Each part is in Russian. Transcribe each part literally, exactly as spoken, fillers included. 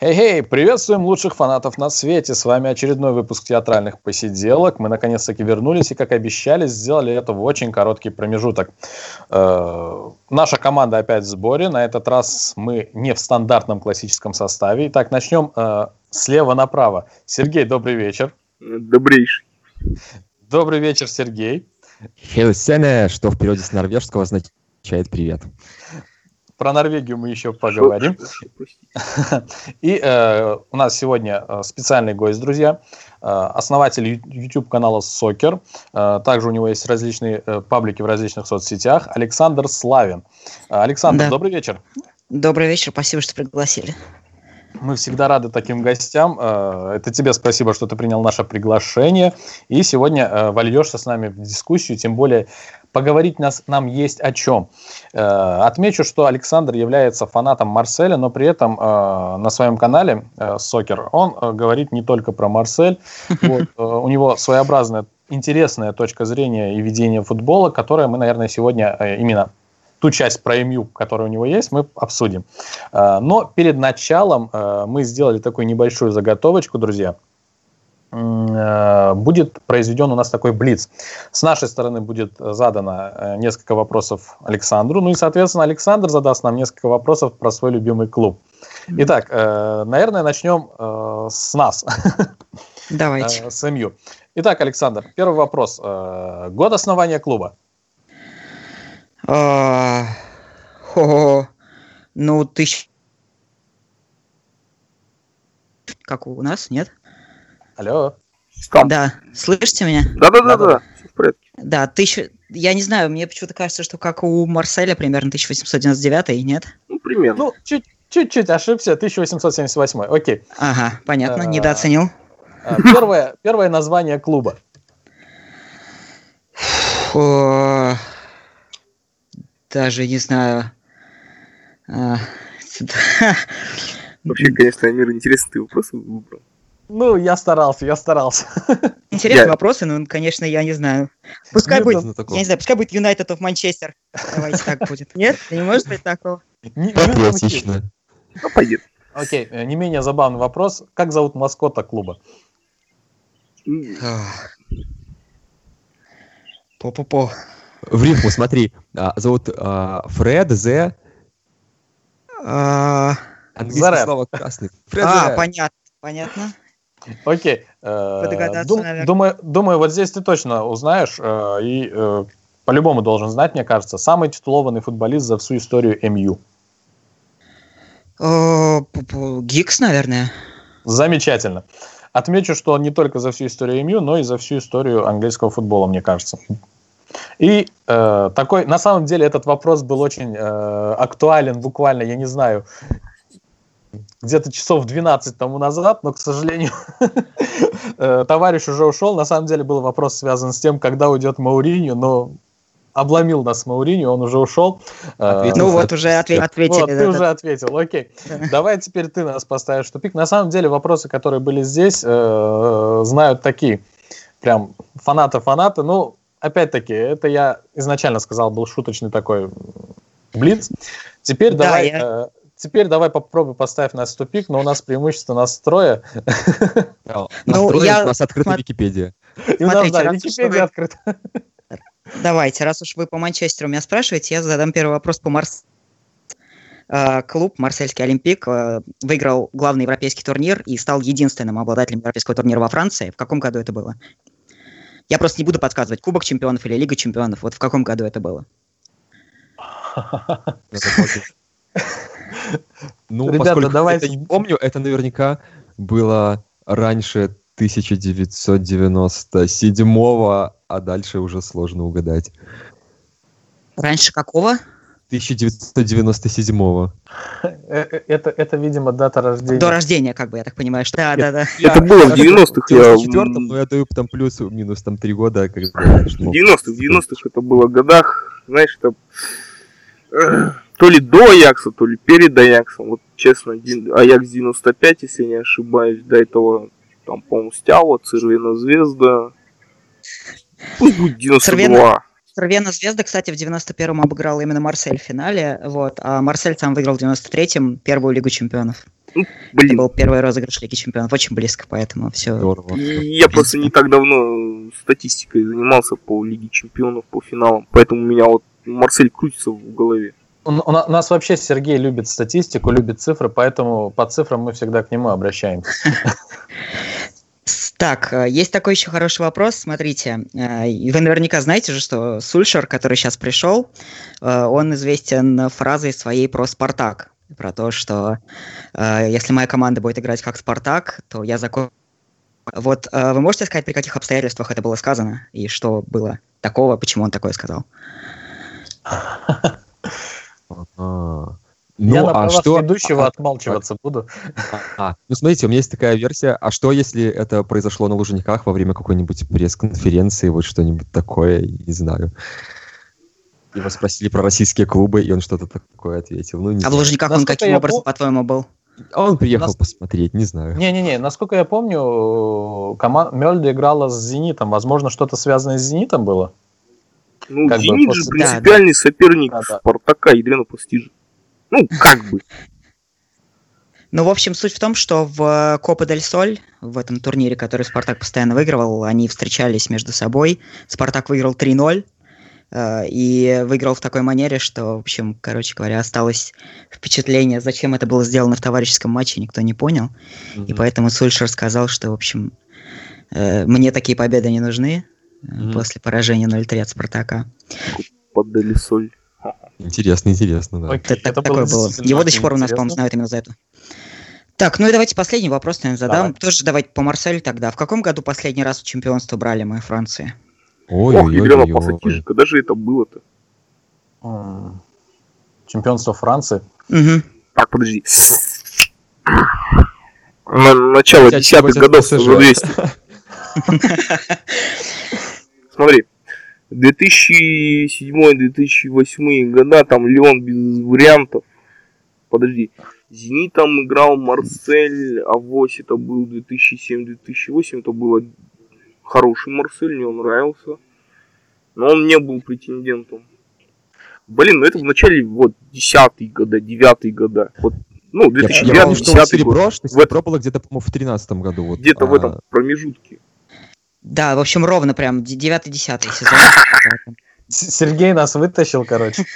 Эй-эй, приветствуем лучших фанатов на свете. С вами очередной выпуск театральных посиделок. Мы наконец-таки вернулись и, как обещали, сделали это в очень короткий промежуток. Э-э- наша команда опять в сборе. На этот раз мы не в стандартном классическом составе. Итак, начнем э- слева направо. Сергей, добрый вечер. Добрейший. Добрый вечер, Сергей. Хелсене, что в переводе с норвежского означает «привет». Про Норвегию мы еще поговорим. И э, у нас сегодня специальный гость, друзья. Э, основатель YouTube-канала Soccer. Э, также у него есть различные э, паблики в различных соцсетях. Александр Славин. Э, Александр, да. Добрый вечер. Добрый вечер, спасибо, что пригласили. Мы всегда рады таким гостям. Это тебе спасибо, что ты принял наше приглашение. И сегодня вольешься с нами в дискуссию, тем более поговорить нас, нам есть о чем. Отмечу, что Александр является фанатом Марселя, но при этом на своем канале Soccer он говорит не только про Марсель. Вот, у него своеобразная, интересная точка зрения и видения футбола, которая мы, наверное, сегодня именно... ту часть про эм ю, которая у него есть, мы обсудим. Но перед началом мы сделали такую небольшую заготовочку, друзья. Будет произведен у нас такой блиц. С нашей стороны будет задано несколько вопросов Александру. Ну и, соответственно, Александр задаст нам несколько вопросов про свой любимый клуб. Итак, наверное, начнем с нас. Давайте. С эм ю. Итак, Александр, первый вопрос. Год основания клуба? А, хо, ну, тысяч... Как у нас, нет? Алло. Стоп. Да, слышите меня? Да-да-да, все в порядке. Да, тысяча... Я не знаю, мне почему-то кажется, что как у Марселя примерно тысяча восемьсот девяносто девятый, нет? Ну, примерно. Ну, чуть, чуть-чуть ошибся, тысяча восемьсот семьдесят восьмой, окей. Ага, понятно, недооценил. Первое, первое название клуба. Фу... Даже не знаю. А, Вообще, конечно, Амир, интересные вопросы выбрал. Ну, я старался, я старался. Интересные Я- вопросы, но, конечно, я не знаю. Пускай Нет, будет, ну, такого. я не знаю, пускай будет Юнайтед of Манчестер. Давайте так будет. Нет? Не может быть такого. Не- не Патриотично. Ну, пойдет. Окей, э, не менее забавный вопрос. Как зовут маскота клуба? По-по-по. В рифму, смотри, а, зовут а, Фред Зе, А, английское Зареп. слово красный. Фред а, Зе. понятно, понятно. Окей. э, Вы догадаться, дум- наверное. думаю, думаю, вот здесь ты точно узнаешь, э, и э, по-любому должен знать, мне кажется, самый титулованный футболист за всю историю эм ю. О, пу-пу, Гикс, наверное. Замечательно. Отмечу, что не только за всю историю эм ю, но и за всю историю английского футбола, мне кажется. И э, такой, на самом деле, этот вопрос был очень э, актуален буквально, я не знаю, где-то часов двенадцать тому назад, но, к сожалению, э, товарищ уже ушел. На самом деле был вопрос связан с тем, когда уйдет Мауриньо, но обломил нас Мауриньо, он уже ушел. Э, Ответил. Ну вот, уже отве- ответили. вот, да, ты да. уже ответил, окей. Давай теперь ты нас поставишь в тупик. На самом деле вопросы, которые были здесь, э, знают такие, прям фанаты-фанаты. Ну, опять-таки, это я изначально сказал, был шуточный такой блиц. Теперь Да, давай... я- э, Теперь давай попробуй поставь нас в тупик, но у нас преимущество настроя. А, Ну, настроен, я- у нас открыта смо- Википедия. И у нас, Смотрите, да, раз уж Википедия вы- открыта. Давайте, раз уж вы по Манчестеру меня спрашиваете, я задам первый вопрос по Марс. А, Клуб Марсельский Олимпик а, выиграл главный европейский турнир и стал единственным обладателем европейского турнира во Франции. В каком году это было? Я просто не буду подсказывать, Кубок чемпионов или Лига чемпионов. Вот в каком году это было? Надо подумать. Ну, Ребята, поскольку давайте- это не помню, это наверняка было раньше тысяча девятьсот девяносто седьмого, а дальше уже сложно угадать. Раньше какого? тысяча девятьсот девяносто седьмого. Э, э, Это, это, видимо, дата рождения. До рождения, как бы, я так понимаю, что... Да, да, да. Это было в девяностых. В я, девяносто четвёртом, м, но я даю там плюс-минус там три года. Когда, конечно, В мог- девяностых, в девяностых это было годах, знаешь, там э, то ли до Аякса, то ли перед Аяксом. Вот честно, дин- Аякс девяносто пять, если я не ошибаюсь, до этого там, по-моему, Стяла, Цервена Звезда. Пусть будет девяносто два. Цервена Звезда, кстати, в девяносто первом обыграл именно Марсель в финале, вот, а Марсель сам выиграл в девяносто третьем первую Лигу чемпионов. Ну, блин. Это был первый розыгрыш Лиги Чемпионов, очень близко, поэтому все. Здорово. Я просто не так давно статистикой занимался по Лиге Чемпионов, по финалам, поэтому у меня вот Марсель крутится в голове. У, у нас вообще Сергей любит статистику, любит цифры, поэтому по цифрам мы всегда к нему обращаемся. Так, есть такой еще хороший вопрос. Смотрите, вы наверняка знаете же, что Сульшер, который сейчас пришел, он известен фразой своей про «Спартак». Про то, что если моя команда будет играть как «Спартак», то я закончу. Вот вы можете сказать, при каких обстоятельствах это было сказано? И что было такого, почему он такое сказал? Ну, я на а правах что... ведущего а, отмалчиваться а, буду. А, ну, смотрите, у меня есть такая версия. А что, если это произошло на Лужниках во время какой-нибудь пресс-конференции, вот что-нибудь такое, не знаю. Его спросили про российские клубы, и он что-то такое ответил. Ну, не а знаю. в Лужниках он каким образом, по- по-твоему, был? Он приехал Нас... посмотреть, не знаю. Не-не-не, насколько я помню, команда Мёльде играла с «Зенитом». Возможно, что-то связанное с «Зенитом» было? Ну, как «Зенит» бы, же после... принципиальный да, соперник да, да. «Спартака» ядрёно постижен. Ну, как бы. Ну, в общем, суть в том, что в Копа дель Соль, в этом турнире, который Спартак постоянно выигрывал, они встречались между собой. Спартак выиграл три ноль, э, и выиграл в такой манере, что, в общем, короче говоря, осталось впечатление, зачем это было сделано в товарищеском матче, никто не понял. Mm-hmm. И поэтому Сульшер сказал, что, в общем, э, мне такие победы не нужны э, mm-hmm. после поражения ноль три от Спартака. Копа дель Соль. Интересно, интересно, да. Это, это такое было. Его до сих пор у нас, по-моему, знают именно за это. Так, ну и давайте последний вопрос, наверное, задам. Давай. Тоже давайте по Марселю тогда. В каком году последний раз чемпионство брали мы в Франции? Ой, Ох, ядрёно пассатижи, когда же это было-то? Чемпионство Франции? Угу. Так, подожди. На начало десятых годов за двести. Смотри. две тысячи седьмой - две тысячи восьмой года, там Лион без вариантов. Подожди. Зенитом играл Марсель, авось это был две тысячи седьмой - две тысячи восьмой, это был хороший Марсель, мне он нравился. Но он не был претендентом. Блин, ну это в начале вот десятые года, девятые года. Вот, ну, две тысячи девятый - две тысячи десятый серебро, год. Что серебро было где-то, по-моему, в тринадцатом году. Вот. Где-то а... в этом промежутке. Да, в общем, ровно прям девятый-десятый сезон. Сергей нас вытащил, короче.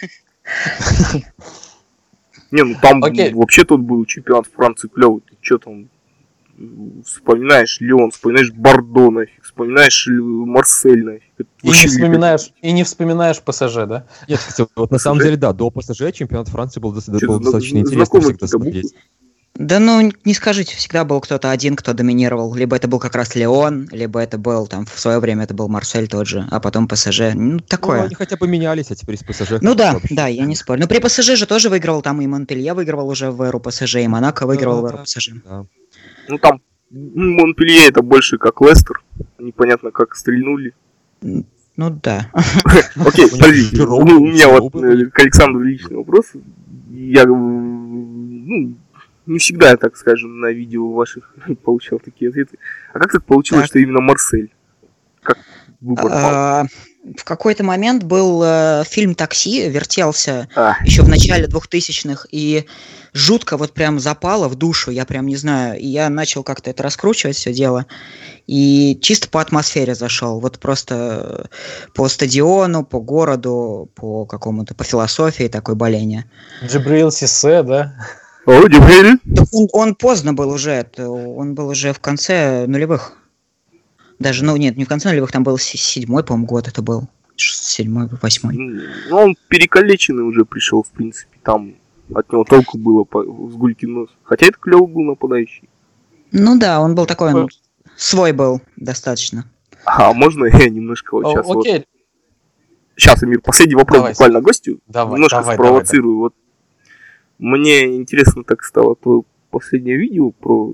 Не, ну там okay. вообще тут был чемпионат Франции клевый. Ты что там вспоминаешь Лион, вспоминаешь Бордо, нафиг, вспоминаешь Марсель, нафиг. И не вспоминаешь, и не вспоминаешь ПСЖ, да? Нет, кстати, вот на самом деле, да, до ПСЖ чемпионат Франции был, был достаточно интересно всегда смотреть. Да ну, не скажите, всегда был кто-то один, кто доминировал. Либо это был как раз Лион, либо это был, там, в свое время это был Марсель тот же, а потом ПСЖ. Ну, такое. Ну, они хотя бы менялись, а теперь с ПСЖ... Ну да, вообще... да, я не спорю. Но при ПСЖ же тоже выигрывал, там и Монпелье выигрывал уже в эру ПСЖ, и Монако выигрывал да, в эру ПСЖ. Да. Ну там Монпелье это больше как Лестер, непонятно как стрельнули. Ну да. Окей, подожди, у меня вот к Александру личный вопрос. Я, ну... Не всегда, так скажем, на видео ваших получал такие ответы. А как так получилось, так. что именно Марсель? Как выбор пал? В какой-то момент был э, фильм «Такси», вертелся а. еще в начале двухтысячных, и жутко вот прям запало в душу, я прям не знаю. И я начал как-то это раскручивать, все дело. И чисто по атмосфере зашел. Вот просто по стадиону, по городу, по какому-то, по философии такой боления. Джибрил Сиссе, да? О, Джибрил? Он, он поздно был уже, это, он был уже в конце нулевых. Даже, ну нет, не в конце нулевых, там был седьмой, по-моему, год это был. Седьмой, восьмой. Ну, он перекалеченный уже пришел, в принципе. Там от него толку было по, с гулькин нос. Хотя это клевый был нападающий. Ну да, он был такой, он свой был достаточно. А можно я немножко вот сейчас О, окей. вот... Сейчас, Эмир, последний вопрос давай, буквально гостю. Давай, немножко давай, спровоцирую. Давай, вот мне интересно так стало твое последнее видео про...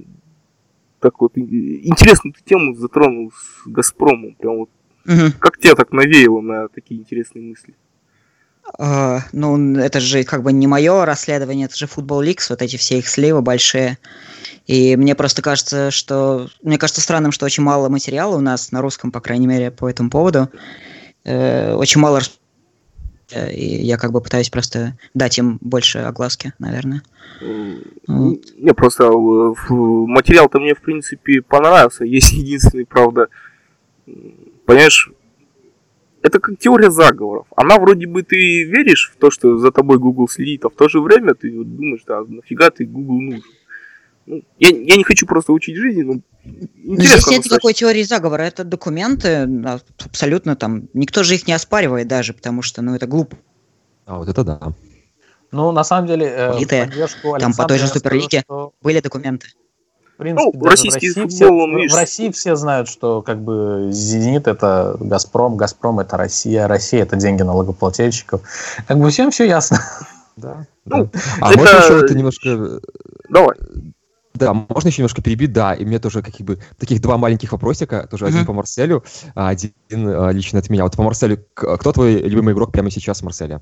Так вот, интересную ты тему затронул с Газпромом. Прям вот. Угу. Как тебя так навеяло на такие интересные мысли? Uh, ну, это же как бы не мое расследование, это же Football Leaks, вот эти все их сливы большие. И мне просто кажется, что... Мне кажется странным, что очень мало материала у нас, на русском, по крайней мере, по этому поводу. Uh, очень мало и я как бы пытаюсь просто дать им больше огласки, наверное. Вот. Не, просто материал-то мне, в принципе, понравился. Есть единственный, правда, понимаешь, это как теория заговоров. Она вроде бы ты веришь в то, что за тобой Google следит, а в то же время ты думаешь, да, нафига ты Google нужен. Ну, я, я не хочу просто учить жизни, но интересно. Здесь нет никакой теории заговора, это документы, абсолютно там, никто же их не оспаривает даже, потому что, ну, это глупо. А, вот это да. Ну, на самом деле, э, в поддержку там по той же Суперлиге скажу, что... были документы. В принципе, ну, российский в, России футбол, все, в России все знают, что как бы «Зенит» — это «Газпром», «Газпром» — это Россия, Россия — это деньги налогоплательщиков. Как бы всем все ясно. Да. Ну, да. А это... можно еще это немножко... Давай. Да, можно еще немножко перебить, да, и мне тоже как бы таких два маленьких вопросика, тоже uh-huh. один по Марселю, а один а, лично от меня. Вот по Марселю, кто твой любимый игрок прямо сейчас в Марселе?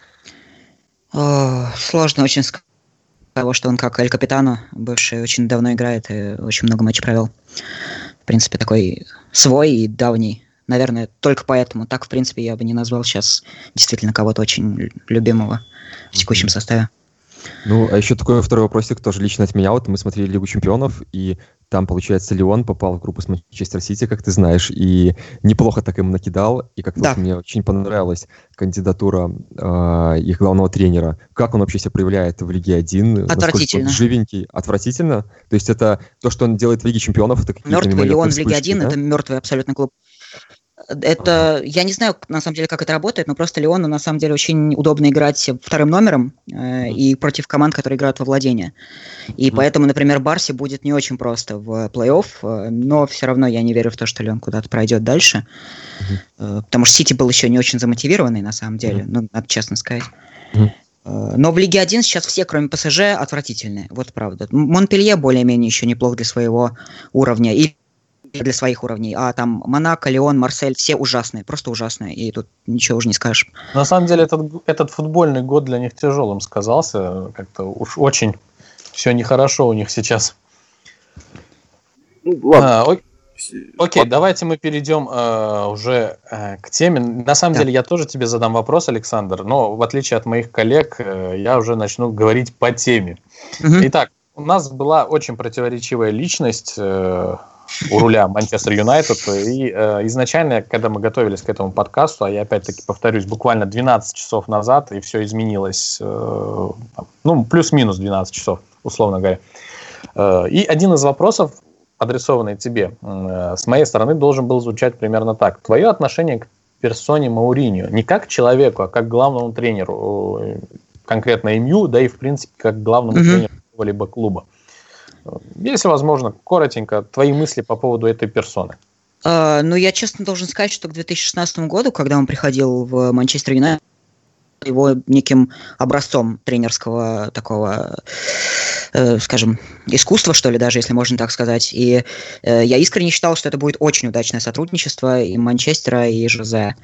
О, сложно очень сказать, того, что он как Эль Капитано, бывший, очень давно играет и очень много матчей провел. В принципе, такой свой и давний. Наверное, только поэтому. Так, в принципе, я бы не назвал сейчас действительно кого-то очень любимого в текущем составе. Ну, а еще такой второй вопросик, тоже лично от меня. Вот мы смотрели Лигу Чемпионов, и там, получается, Лион попал в группу с Манчестер Сити, как ты знаешь, и неплохо так им накидал, и как-то да. вот мне очень понравилась кандидатура э, их главного тренера. Как он вообще себя проявляет в Лиге один? Отвратительно. Он живенький. Отвратительно? То есть это то, что он делает в Лиге Чемпионов, это какие-то мертвый Лион в Лиге один, да? это мертвый абсолютно клуб. Это, ага. я не знаю, на самом деле, как это работает, но просто Леону, на самом деле, очень удобно играть вторым номером э, mm-hmm. и против команд, которые играют во владение. И mm-hmm. поэтому, например, Барсе будет не очень просто в плей-офф, э, но все равно я не верю в то, что Леон куда-то пройдет дальше, mm-hmm. э, потому что Сити был еще не очень замотивированный, на самом деле, mm-hmm. ну, надо честно сказать. Mm-hmm. Э, но в Лиге один сейчас все, кроме ПСЖ, отвратительные, вот правда. Монпелье более-менее еще неплох для своего уровня, и для своих уровней, а там Монако, Лион, Марсель, все ужасные, просто ужасные, и тут ничего уже не скажешь. На самом деле этот, этот футбольный год для них тяжелым сказался, как-то уж очень все нехорошо у них сейчас. Ну, ладно. А, ок- окей, ладно. Давайте мы перейдем э, уже э, к теме. На самом да. деле я тоже тебе задам вопрос, Александр, но в отличие от моих коллег, э, я уже начну говорить по теме. Угу. Итак, у нас была очень противоречивая личность э, у руля Манчестер Юнайтед. И э, изначально, когда мы готовились к этому подкасту, а я опять-таки повторюсь, буквально двенадцать часов назад, и все изменилось, э, ну, плюс-минус двенадцать часов, условно говоря. Э, и один из вопросов, адресованный тебе, э, с моей стороны, должен был звучать примерно так. Твое отношение к персоне Мауриньо, не как к человеку, а как к главному тренеру, э, конкретно эм ю, да и, в принципе, как к главному mm-hmm. тренеру какого-либо клуба. Если возможно, коротенько, твои мысли по поводу этой персоны. Uh, ну, я честно должен сказать, что к две тысячи шестнадцатому году, когда он приходил в Манчестер Юнайтед, его неким образцом тренерского такого, э, скажем, искусства, что ли, даже, если можно так сказать. И э, я искренне считал, что это будет очень удачное сотрудничество и Манчестера, и Жозе.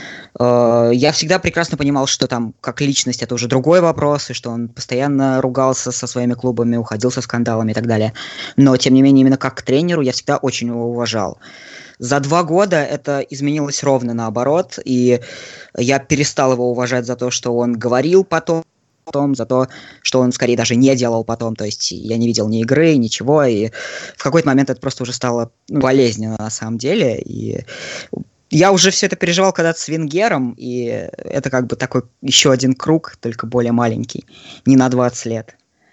Я всегда прекрасно понимал, что там как личность это уже другой вопрос, и что он постоянно ругался со своими клубами, уходил со скандалами и так далее. Но, тем не менее, именно как к тренеру я всегда очень его уважал. За два года это изменилось ровно наоборот, и я перестал его уважать за то, что он говорил потом, потом за то, что он скорее даже не делал потом. То есть я не видел ни игры, ничего, и в какой-то момент это просто уже стало ну, болезненно на самом деле, и... Я уже все это переживал когда-то с Венгером, и это как бы такой еще один круг, только более маленький, не на двадцать лет.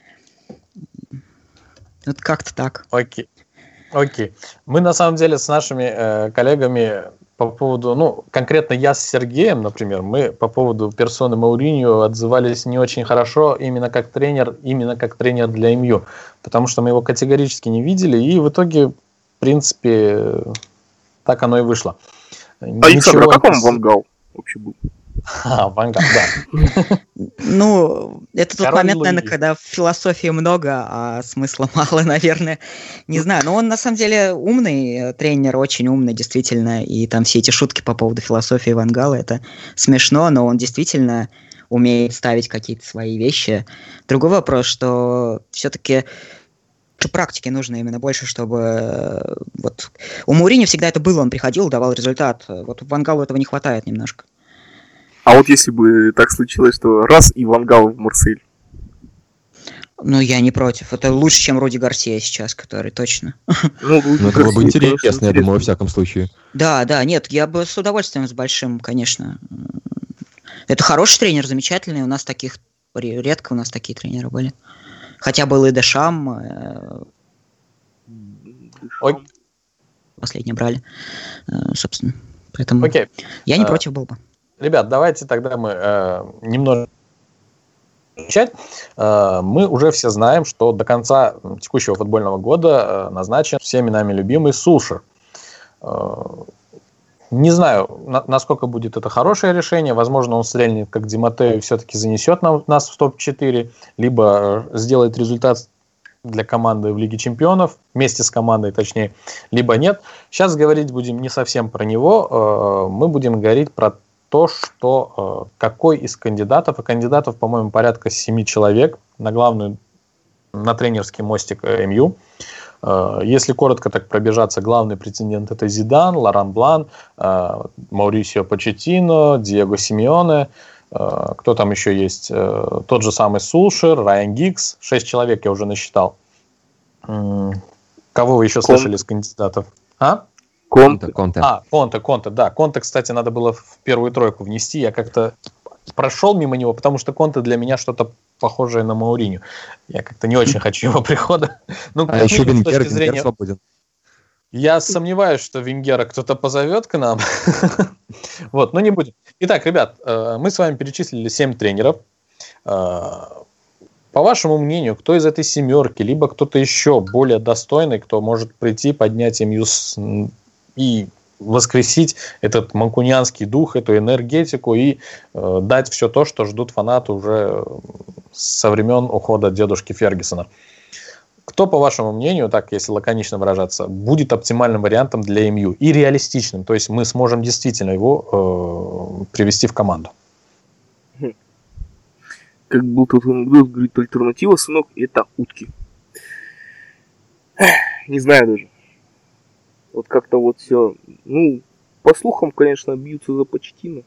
Вот как-то так. Окей. Окей. Мы на самом деле с нашими э, коллегами по поводу, ну, конкретно я с Сергеем, например, мы по поводу персоны Мауриньо отзывались не очень хорошо именно как тренер, именно как тренер для эм ю, потому что мы его категорически не видели, и в итоге, в принципе, так оно и вышло. Александр, а как он Ван Гал вообще был? А, Ван Гал, да. Ну, это тот момент, наверное, когда философии много, а смысла мало, наверное. Не знаю, но он на самом деле умный тренер, очень умный, действительно. И там все эти шутки по поводу философии Ван Гала, это смешно, но он действительно умеет ставить какие-то свои вещи. Другой вопрос, что все-таки... практики нужно именно больше, чтобы... Вот. У Мауриньо всегда это было, он приходил, давал результат. Вот у Ван Гала этого не хватает немножко. А вот если бы так случилось, что раз и Ван Гал в Марсель. Ну, я не против. Это лучше, чем Руди Гарсия сейчас, который точно. Ну, Ну, это было бы интересно, я думаю, во всяком случае. Да, да, нет, я бы с удовольствием, с большим, конечно. Это хороший тренер, замечательный. У нас таких редко у нас такие тренеры были. Хотя был и Дешам. э, Ой, Последнее брали, э, собственно. Поэтому окей. я не А, против был бы. Ребят, давайте тогда мы э, немного начать. Э, мы уже все знаем, что до конца текущего футбольного года э, назначен всеми нами любимый Сулшер. Э, не знаю, на- насколько будет это хорошее решение. Возможно, он стрельнет, как Ди Маттео, и все-таки занесет нам- нас в топ четыре, либо э, сделает результат для команды в Лиге Чемпионов, вместе с командой, точнее, либо нет. Сейчас говорить будем не совсем про него, э, мы будем говорить про то, что э, какой из кандидатов, а кандидатов, по-моему, порядка семи человек на главную, на тренерский мостик э, эм ю. Э, Если коротко так пробежаться, главный претендент это Зидан, Лоран Блан, э, Маурисио Почеттино, Диего Симеоне. Э, Кто там еще есть? Э, Тот же самый Сулшер, Райан Гиггс. Шесть человек я уже насчитал. М, Кого вы еще Конте. слышали из кандидатов? А? Конте, Конте. Конте. А, Конте, Конте, да. Конте, кстати, надо было в первую тройку внести. Я как-то прошел мимо него, потому что Конте для меня что-то похожее на Мауриню. Я как-то не очень хочу его прихода. Ну, А как еще минимум, с Венгер, точки Венгер зрения- свободен. Я сомневаюсь, что Венгера кто-то позовет к нам. Вот, но не будем. Итак, ребят, э, мы с вами перечислили семь тренеров. Э, По вашему мнению, кто из этой семерки, либо кто-то еще более достойный, кто может прийти, поднять МЮ с- и воскресить этот манкунианский дух, эту энергетику и э, дать все то, что ждут фанаты уже со времен ухода дедушки Фергюсона. Кто, по вашему мнению, так если лаконично выражаться, будет оптимальным вариантом для МЮ и реалистичным? То есть мы сможем действительно его э, привести в команду. Как был тут анекдот, говорит, альтернатива, сынок, это утки. Эх, Не знаю даже. Вот как-то вот все. Ну, по слухам, конечно, бьются за Почеттино.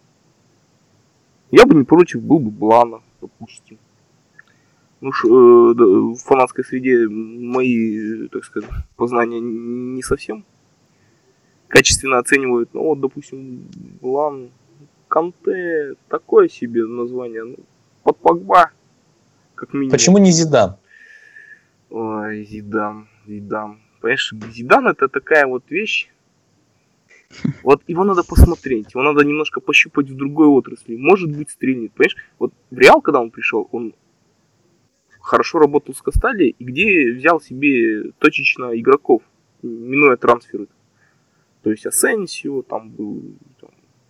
Я бы не против, был бы Блана, допустим. Ну, ш- э, да, в фанатской среде мои, так сказать, познания не совсем качественно оценивают. Ну, вот, допустим, Блан, Канте, такое себе название. Ну, под Погба, как минимум. Почему не Зидан? Ой, Зидан, Зидан. Понимаешь, Зидан это такая вот вещь. Вот его надо посмотреть, его надо немножко пощупать в другой отрасли. Может быть, стрельнет. Понимаешь, вот в Реал, когда он пришел, он хорошо работал с Кастальо, и где взял себе точечно игроков, минуя трансферы. То есть Асенсио, там был... Там...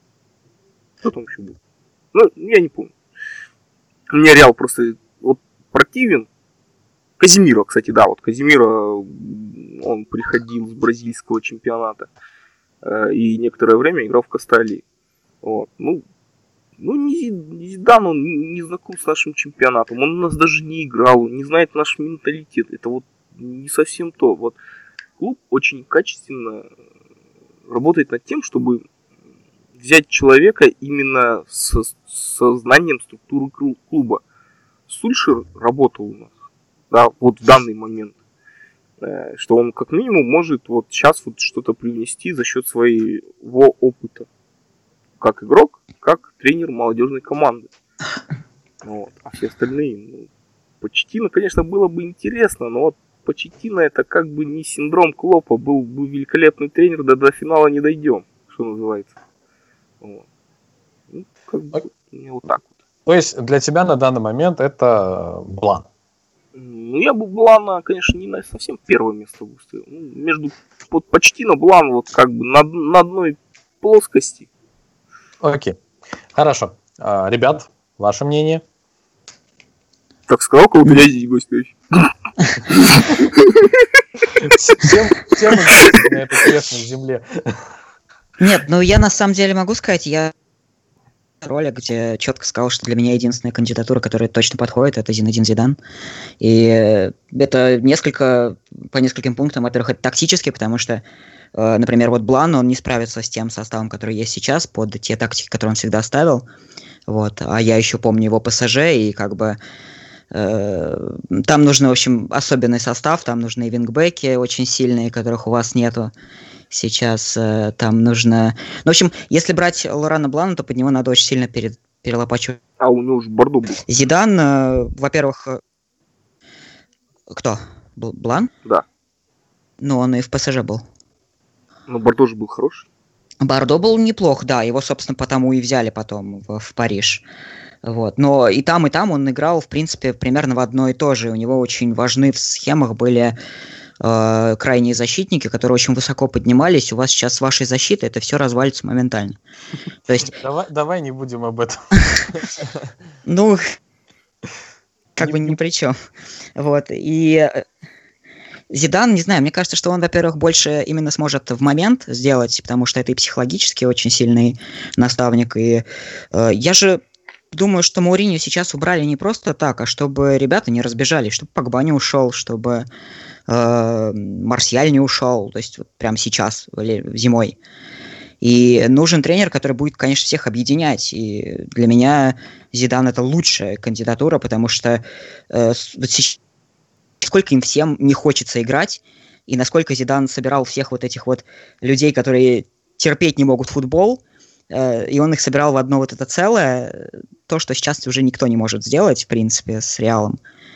Кто там еще был? Ну, я не помню. Мне Реал просто вот противен. Казимиро, кстати, да, вот Казимиро, он приходил с бразильского чемпионата э, и некоторое время играл в Кастальи. Вот. Ну, ну не, не Зидан, он не, не знаком с нашим чемпионатом, он у нас даже не играл, он не знает наш менталитет. Это вот не совсем то. Вот клуб очень качественно работает над тем, чтобы взять человека именно со, со знанием структуры клуба. Сульшер работал у нас, да, вот в данный момент, э, что он как минимум может вот сейчас вот что-то привнести за счет своего опыта, как игрок, как тренер молодежной команды. Вот. А все остальные, ну, Почеттино, конечно, было бы интересно, но вот Почеттино это как бы не синдром Клопа, был бы великолепный тренер, да до финала не дойдем, что называется. Вот. Ну, как бы, мне вот так вот. То есть для тебя на данный момент это Блан. Ну, я бы Блана, конечно, не на совсем первое место выставил. Ну, между вот, Почеттино, Блан, вот как бы на, на одной плоскости. Окей. Хорошо. А, ребят, ваше мнение? Так сказал, кого меня здесь гость. Всем, всем известно на этой честной земле. Нет, ну я на самом деле могу сказать, я ролик, где четко сказал, что для меня единственная кандидатура, которая точно подходит, это Зинедин Зидан. И это несколько, по нескольким пунктам. Во-первых, это тактически, потому что, э, например, вот Блан, он не справится с тем составом, который есть сейчас, под те тактики, которые он всегда ставил. Вот. А я еще помню его ПСЖ, и как бы э, там нужен, в общем, особенный состав, там нужны вингбеки очень сильные, которых у вас нету. Сейчас э, там нужно... Ну, в общем, если брать Лорана Блана, то под него надо очень сильно пере... перелопачивать. А у него же Бордо был. Зидан, э, во-первых... Э... Кто? Бл- Блан? Да. Ну, он и в ПСЖ был. Но Бордо же был хороший. Бордо был неплох, да. Его, собственно, потому и взяли потом в, в Париж. Вот. Но и там, и там он играл, в принципе, примерно в одно и то же. У него очень важны в схемах были... крайние защитники, которые очень высоко поднимались, у вас сейчас с вашей защитой это все развалится моментально. То есть... Давай, давай не будем об этом. Ну, как бы ни при чем. Вот. И Зидан, не знаю, мне кажется, что он, во-первых, больше именно сможет в момент сделать, потому что это и психологически очень сильный наставник. И э, я же думаю, что Мауриньо сейчас убрали не просто так, а чтобы ребята не разбежались, чтобы Погба не ушел, чтобы э, Марсиаль не ушел, то есть вот прямо сейчас, или зимой. И нужен тренер, который будет, конечно, всех объединять. И для меня Зидан это лучшая кандидатура, потому что э, вот сейчас, сколько им всем не хочется играть, и насколько Зидан собирал всех вот этих вот людей, которые терпеть не могут футбол, и он их собирал в одно вот это целое, то, что сейчас уже никто не может сделать, в принципе, с Реалом.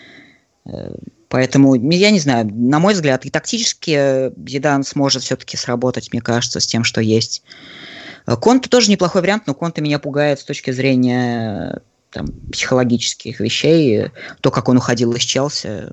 Поэтому, я не знаю, на мой взгляд, и тактически Зидан сможет все-таки сработать, мне кажется, с тем, что есть. Конте тоже неплохой вариант, но Конте меня пугает с точки зрения там, психологических вещей, то, как он уходил из Челси.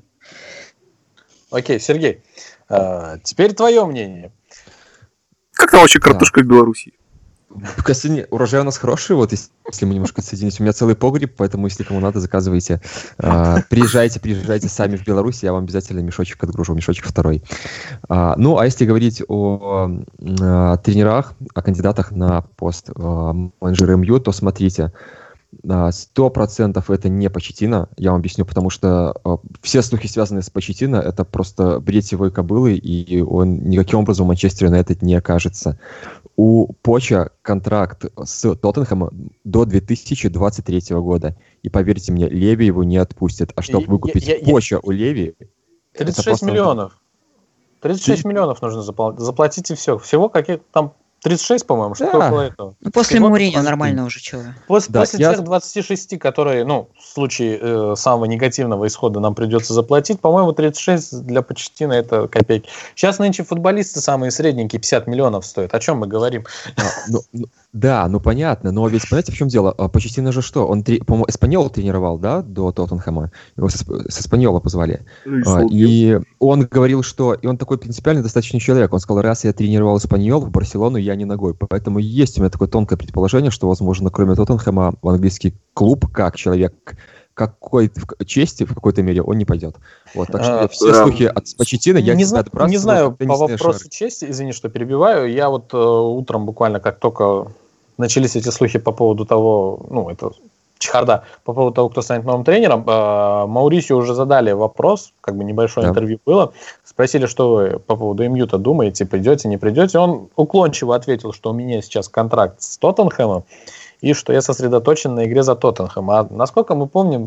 Окей, Сергей, а, теперь твое мнение. Как там вообще картошка да. в Беларуси? В Касине урожай у нас хороший, вот если мы немножко отсоединимся. У меня целый погреб, поэтому если кому надо, заказывайте. А, приезжайте, приезжайте сами в Беларусь, я вам обязательно мешочек отгружу, мешочек второй. А, ну, а если говорить о, о тренерах, о кандидатах на пост а, менеджера МЮ, то смотрите, сто процентов это не Почеттино, я вам объясню, потому что а, все слухи, связанные с Почеттино, это просто бред сивой кобылы, и он никаким образом в Манчестере на это не окажется. У Поча контракт с Тоттенхэмом до две тысячи двадцать третьего года. И поверьте мне, Леви его не отпустит. А чтобы выкупить я, я, Поча я... у Леви... тридцать шесть миллионов. тридцать шесть миллионов нужно заплатить. Заплатите все. Всего каких там... тридцать шесть, по-моему, что да. около этого. Ну, после Мауриньо нормально уже, чего. После, да, после я... тех двадцати шести, которые, ну, в случае э, самого негативного исхода нам придется заплатить, по-моему, тридцать шесть для Почеттино это копейки. Сейчас нынче футболисты самые средненькие пятьдесят миллионов стоят. О чем мы говорим? А, ну, ну, да, ну понятно, но ведь понимаете, в чем дело? Почеттино же что? Он, по-моему, Эспаньола тренировал, да, до Тоттенхэма? Его с, с Эспаньола позвали. Ну, и, и он говорил, что... И он такой принципиальный достаточно человек. Он сказал, раз я тренировал Эспаньол, в Барселону я не ногой. Поэтому есть у меня такое тонкое предположение, что, возможно, кроме Тоттенхэма, в английский клуб, как человек какой-то чести в какой-то мере, он не пойдет. Вот, так что а, все а, слухи от Почеттино я не, зна- не знаю, по вопросу шар. чести, извини, что перебиваю, я вот э, утром буквально, как только начались эти слухи по поводу того, ну, это чехарда, по поводу того, кто станет новым тренером, э, Маурисио уже задали вопрос, как бы небольшое да. интервью было, спросили, что вы по поводу МЮ-то думаете, придете, не придете, он уклончиво ответил, что у меня сейчас контракт с Тоттенхэмом, и что я сосредоточен на игре за Тоттенхэм. А насколько мы помним,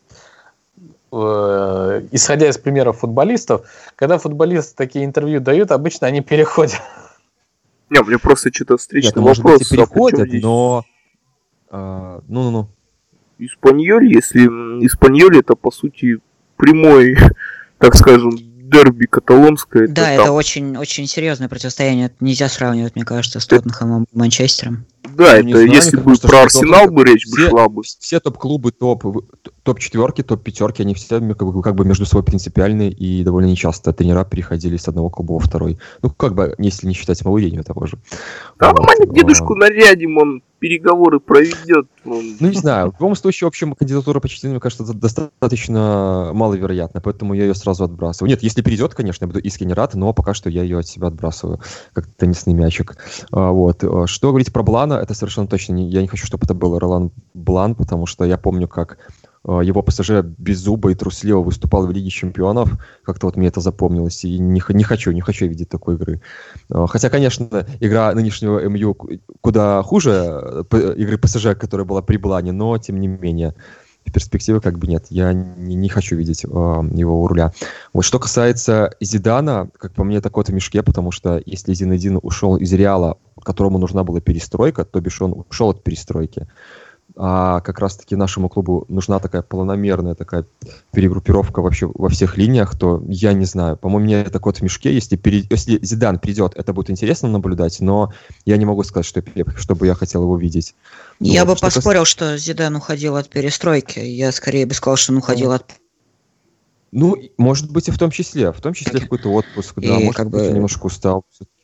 э, исходя из примеров футболистов, когда футболисты такие интервью дают, обычно они переходят. Не, мне просто что-то встречный Нет, вопрос. Быть, переходят, но... А, ну-ну-ну. Испаньоль, если Испаньоль это, по сути, прямой, так скажем, дерби каталонское. Да, это, это очень, очень серьезное противостояние. Это нельзя сравнивать, мне кажется, с Тоттенхэмом и Манчестером. Да, ну, это знаю, если бы про Арсенал бы речь все, шла бы. Все топ-клубы, топ, топ-четверки, топ-пятерки, они все как бы, как бы между собой принципиальные, и довольно нечасто тренера переходили с одного клуба во второй. Ну, как бы, если не считать Мауриньо того же. Да, вот. Мы дедушку нарядим, он переговоры проведет. Он... Ну, не знаю. В любом случае, в общем, кандидатура Почеттино, мне кажется, достаточно маловероятна, поэтому я ее сразу отбрасываю. Нет, если перейдет, конечно, я буду искренне рад, но пока что я ее от себя отбрасываю, как теннисный мячик. А, вот. Что говорить про Блана, это совершенно точно не... Я не хочу, чтобы это был Ролан Блан, потому что я помню, как его ПСЖ беззубо и трусливо выступал в Лиге Чемпионов. Как-то вот мне это запомнилось. И не, не хочу, не хочу видеть такой игры. Хотя, конечно, игра нынешнего МЮ куда хуже игры ПСЖ, которая была при Блане, но, тем не менее, в перспективе как бы нет. Я не, не хочу видеть э, его у руля. Вот что касается Зидана, как по мне, это кот в мешке, потому что если Зинедин ушел из Реала, которому нужна была перестройка, то бишь он ушел от перестройки, а как раз-таки нашему клубу нужна такая планомерная такая перегруппировка вообще во всех линиях, то я не знаю. По-моему, мне это кот в мешке. Если, пере... Если Зидан придет, это будет интересно наблюдать, но я не могу сказать, что, что бы я хотел его видеть. Я вот. бы что поспорил, кас... что Зидан уходил от перестройки. Я скорее бы сказал, что он уходил от... Ну, может быть, и в том числе. В том числе в какой-то отпуск, да. И может как быть, бы... немножко устал.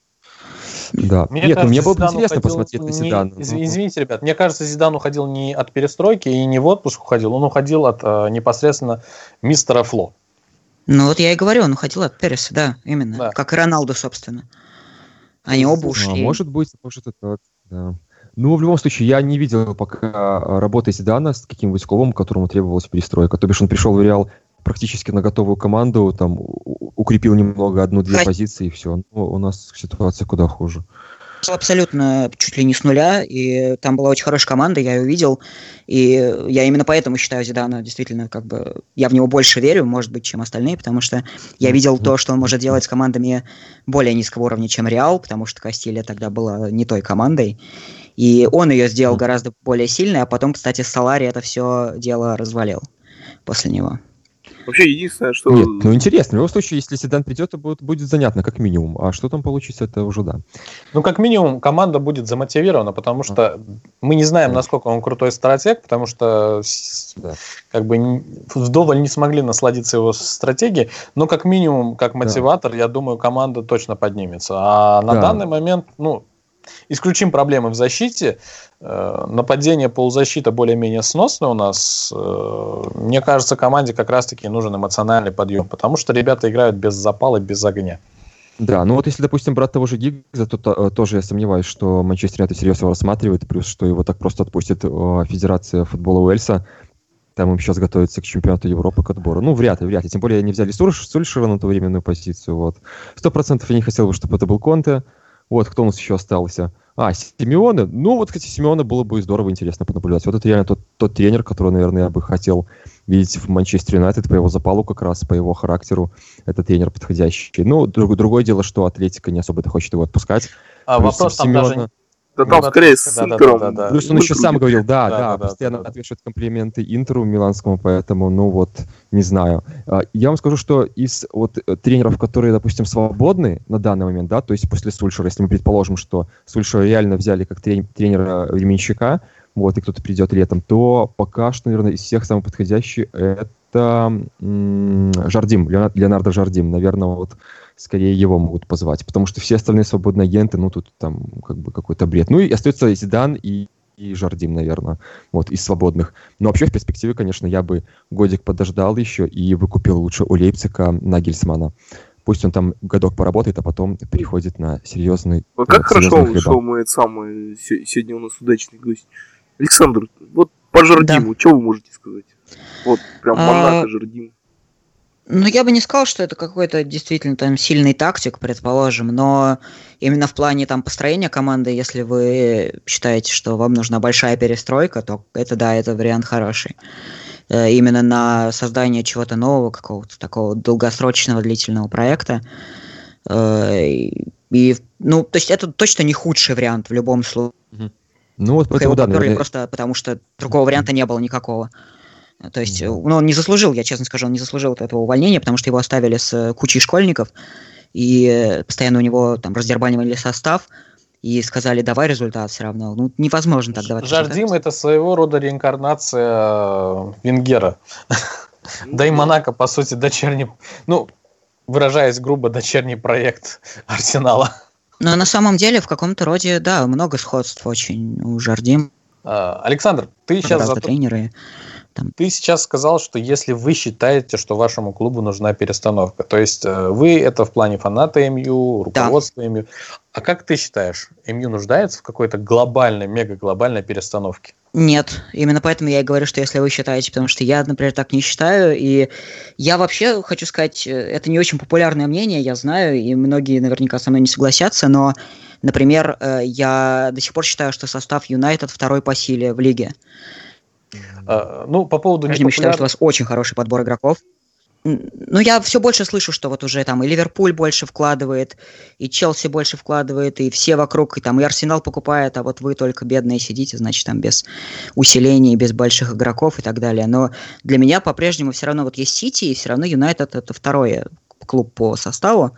Да. Мне Нет, кажется, ну, мне было бы Зидан интересно уходил посмотреть на не... Зидана. Из... Извините, ребят, мне кажется, Зидан уходил не от перестройки и не в отпуск уходил, он уходил от э, непосредственно мистера Фло. Ну вот я и говорю, он уходил от Переса, да, именно. Да. Как и Роналду, собственно. Они оба ушли. А, может быть, может и так, да. Ну, в любом случае, я не видел пока работы Зидана с каким-нибудь клубом, которому требовалась перестройка. То бишь он пришел в Реал практически на готовую команду, там укрепил немного одну-две Хай... позиции, и все. Но у нас ситуация куда хуже. Абсолютно чуть ли не с нуля, и там была очень хорошая команда, я ее видел, и я именно поэтому считаю Зидана действительно, как бы, я в него больше верю, может быть, чем остальные, потому что я видел то, что он может делать с командами более низкого уровня, чем Реал, потому что Кастилья тогда была не той командой, и он ее сделал гораздо более сильной, а потом, кстати, Солари это все дело развалил после него. Вообще, единственное, что... Нет, ну интересно. В любом случае, если Зидан придет, то будет, будет занятно, как минимум. А что там получится, это уже да. Ну, как минимум, команда будет замотивирована, потому что мы не знаем, насколько он крутой стратег, потому что да. как бы вдоволь не смогли насладиться его стратегией, но как минимум, как мотиватор, да. я думаю, команда точно поднимется. А на да. данный момент, ну, исключим проблемы в защите, нападение, полузащита более-менее сносное у нас. Мне кажется, команде как раз-таки нужен эмоциональный подъем, потому что ребята играют без запала, без огня. Да, ну вот если, допустим, брать того же Гиггса, то, то тоже я сомневаюсь, что Манчестер Юнайтед серьезно его рассматривает, плюс что его так просто отпустит Федерация футбола Уэльса. Там им сейчас готовится к чемпионату Европы, к отбору. Ну, вряд ли, вряд ли. Тем более они взяли Сульшера на ту временную позицию. Вот. Сто процентов я не хотел бы, чтобы это был Конте. Вот, кто у нас еще остался? А, Симеоне. Ну, вот, кстати, Симеоне было бы здорово, интересно понаблюдать. Вот это реально тот, тот тренер, которого, наверное, я бы хотел видеть в Манчестер Юнайтед по его запалу как раз, по его характеру. Это тренер подходящий. Ну, друг, другое дело, что Атлетика не особо-то хочет его отпускать. А плюс вопрос там Симеона... даже... Да там скорее с да, Интером. Да, да, да, Плюс он еще сам говорил, да, да, да, да, постоянно да, да. отвешивает комплименты Интеру миланскому, поэтому, ну вот, не знаю. Я вам скажу, что из вот тренеров, которые, допустим, свободны на данный момент, да, то есть после Сульшера, если мы предположим, что Сульшера реально взяли как трени- тренера временщика, вот, и кто-то придет летом, то пока что, наверное, из всех самый подходящий это м- Жардим, Леонардо Жардим, наверное, вот скорее его могут позвать, потому что все остальные свободные агенты, ну, тут там как бы какой-то бред. Ну, и остается Зидан и, и Жардим, наверное, вот, из свободных. Но вообще в перспективе, конечно, я бы годик подождал еще и выкупил лучше у Лейпцига Нагельсмана. Пусть он там годок поработает, а потом переходит на серьезный... Вот как хорошо ушел мой самый сегодня у нас удачный гость. Александр, вот по Жардиму, да. Что вы можете сказать? Вот, прям Монако, Жардим. Ну, я бы не сказал, что это какой-то действительно там сильный тактик, предположим, но именно в плане там построения команды, если вы считаете, что вам нужна большая перестройка, то это, да, это вариант хороший. Именно на создание чего-то нового, какого-то такого долгосрочного, длительного проекта. И, ну, то есть это точно не худший вариант в любом случае. Ну, вот поэтому, да, наверное... Просто потому что другого варианта не было никакого. То есть, ну, он не заслужил, я честно скажу, он не заслужил этого увольнения, потому что его оставили с кучей школьников, и постоянно у него там раздербанивали состав, и сказали, давай результат все равно. Ну, невозможно так давать Жардим результат. Это своего рода реинкарнация Венгера. Да и Монако, по сути, дочерний, ну, выражаясь грубо, дочерний проект Арсенала. Но на самом деле в каком-то роде, да, много сходств очень у Жардим. А, Александр, ты сейчас, Разные тренеры. Там. ты сейчас сказал, что если вы считаете, что вашему клубу нужна перестановка, то есть э, вы это в плане фаната МЮ, руководства да. МЮ. А как ты считаешь, МЮ нуждается в какой-то глобальной, мега-глобальной перестановке? Нет, именно поэтому я и говорю, что если вы считаете, потому что я, например, так не считаю, и я вообще хочу сказать, это не очень популярное мнение, я знаю, и многие наверняка со мной не согласятся, но, например, я до сих пор считаю, что состав Юнайтед второй по силе в лиге. А, ну, по поводу непопулярных... Я считаю, что у вас очень хороший подбор игроков. Ну, я все больше слышу, что вот уже там и Ливерпуль больше вкладывает, и Челси больше вкладывает, и все вокруг, и там и Арсенал покупает, а вот вы только бедные сидите, значит, там без усилений, без больших игроков и так далее. Но для меня по-прежнему все равно вот есть Сити, и все равно Юнайтед это второй клуб по составу.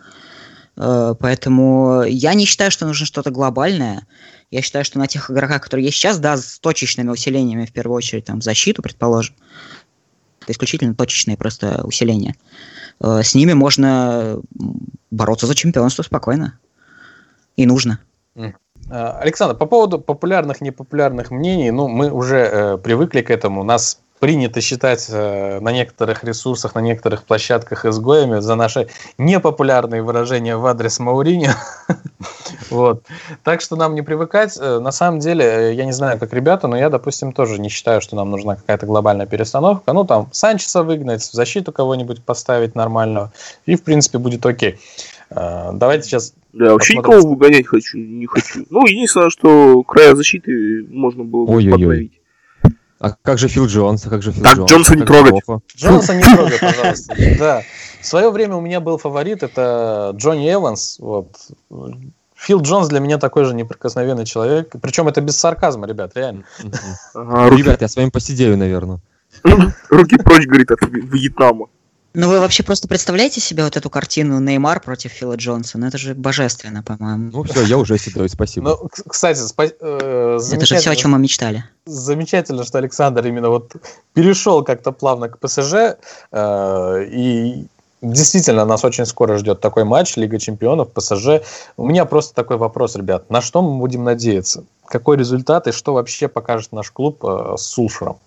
Поэтому я не считаю, что нужно что-то глобальное. Я считаю, что на тех игроках, которые есть сейчас, да, с точечными усилениями, в первую очередь, там, защиту, предположим, это исключительно точечные просто усиления. С ними можно бороться за чемпионство спокойно. И нужно. Александр, по поводу популярных, непопулярных мнений, ну, мы уже э, привыкли к этому. Нас принято считать э, на некоторых ресурсах, на некоторых площадках изгоями за наши непопулярные выражения в адрес Мауриньо. Вот. Так что нам не привыкать. На самом деле, я не знаю, как ребята, но я, допустим, тоже не считаю, что нам нужна какая-то глобальная перестановка. Ну, там, Санчеса выгнать, в защиту кого-нибудь поставить нормального, и, в принципе, будет окей. Давайте сейчас... Да, вообще никого выгонять хочу, не хочу. Ну, единственное, что края защиты можно было бы Ой-ой-ой. подновить. А как же Фил Джонс? А как же Фил Так, Джонс? Джонса А не как же трогать. Бофа? Джонса не трогай, пожалуйста. Да. В свое время у меня был фаворит, это Джонни Эванс. Вот. Фил Джонс для меня такой же неприкосновенный человек. Причем это без сарказма, ребят, реально. Ага, руки, Ребят, я с вами посидею, наверное. руки прочь, говорит, от Вьетнама. Ну, вы вообще просто представляете себе вот эту картину Неймар против Фила Джонса? Ну, это же божественно, по-моему. Ну, все, я уже седой, спасибо. Ну, к- кстати, спа- э, Это же все, о чем мы мечтали. замечательно, что Александр именно вот перешел как-то плавно к ПСЖ, э, и действительно нас очень скоро ждет такой матч Лига Чемпионов, ПСЖ. У меня просто такой вопрос, ребят, на что мы будем надеяться? Какой результат и что вообще покажет наш клуб э, с Сулшером?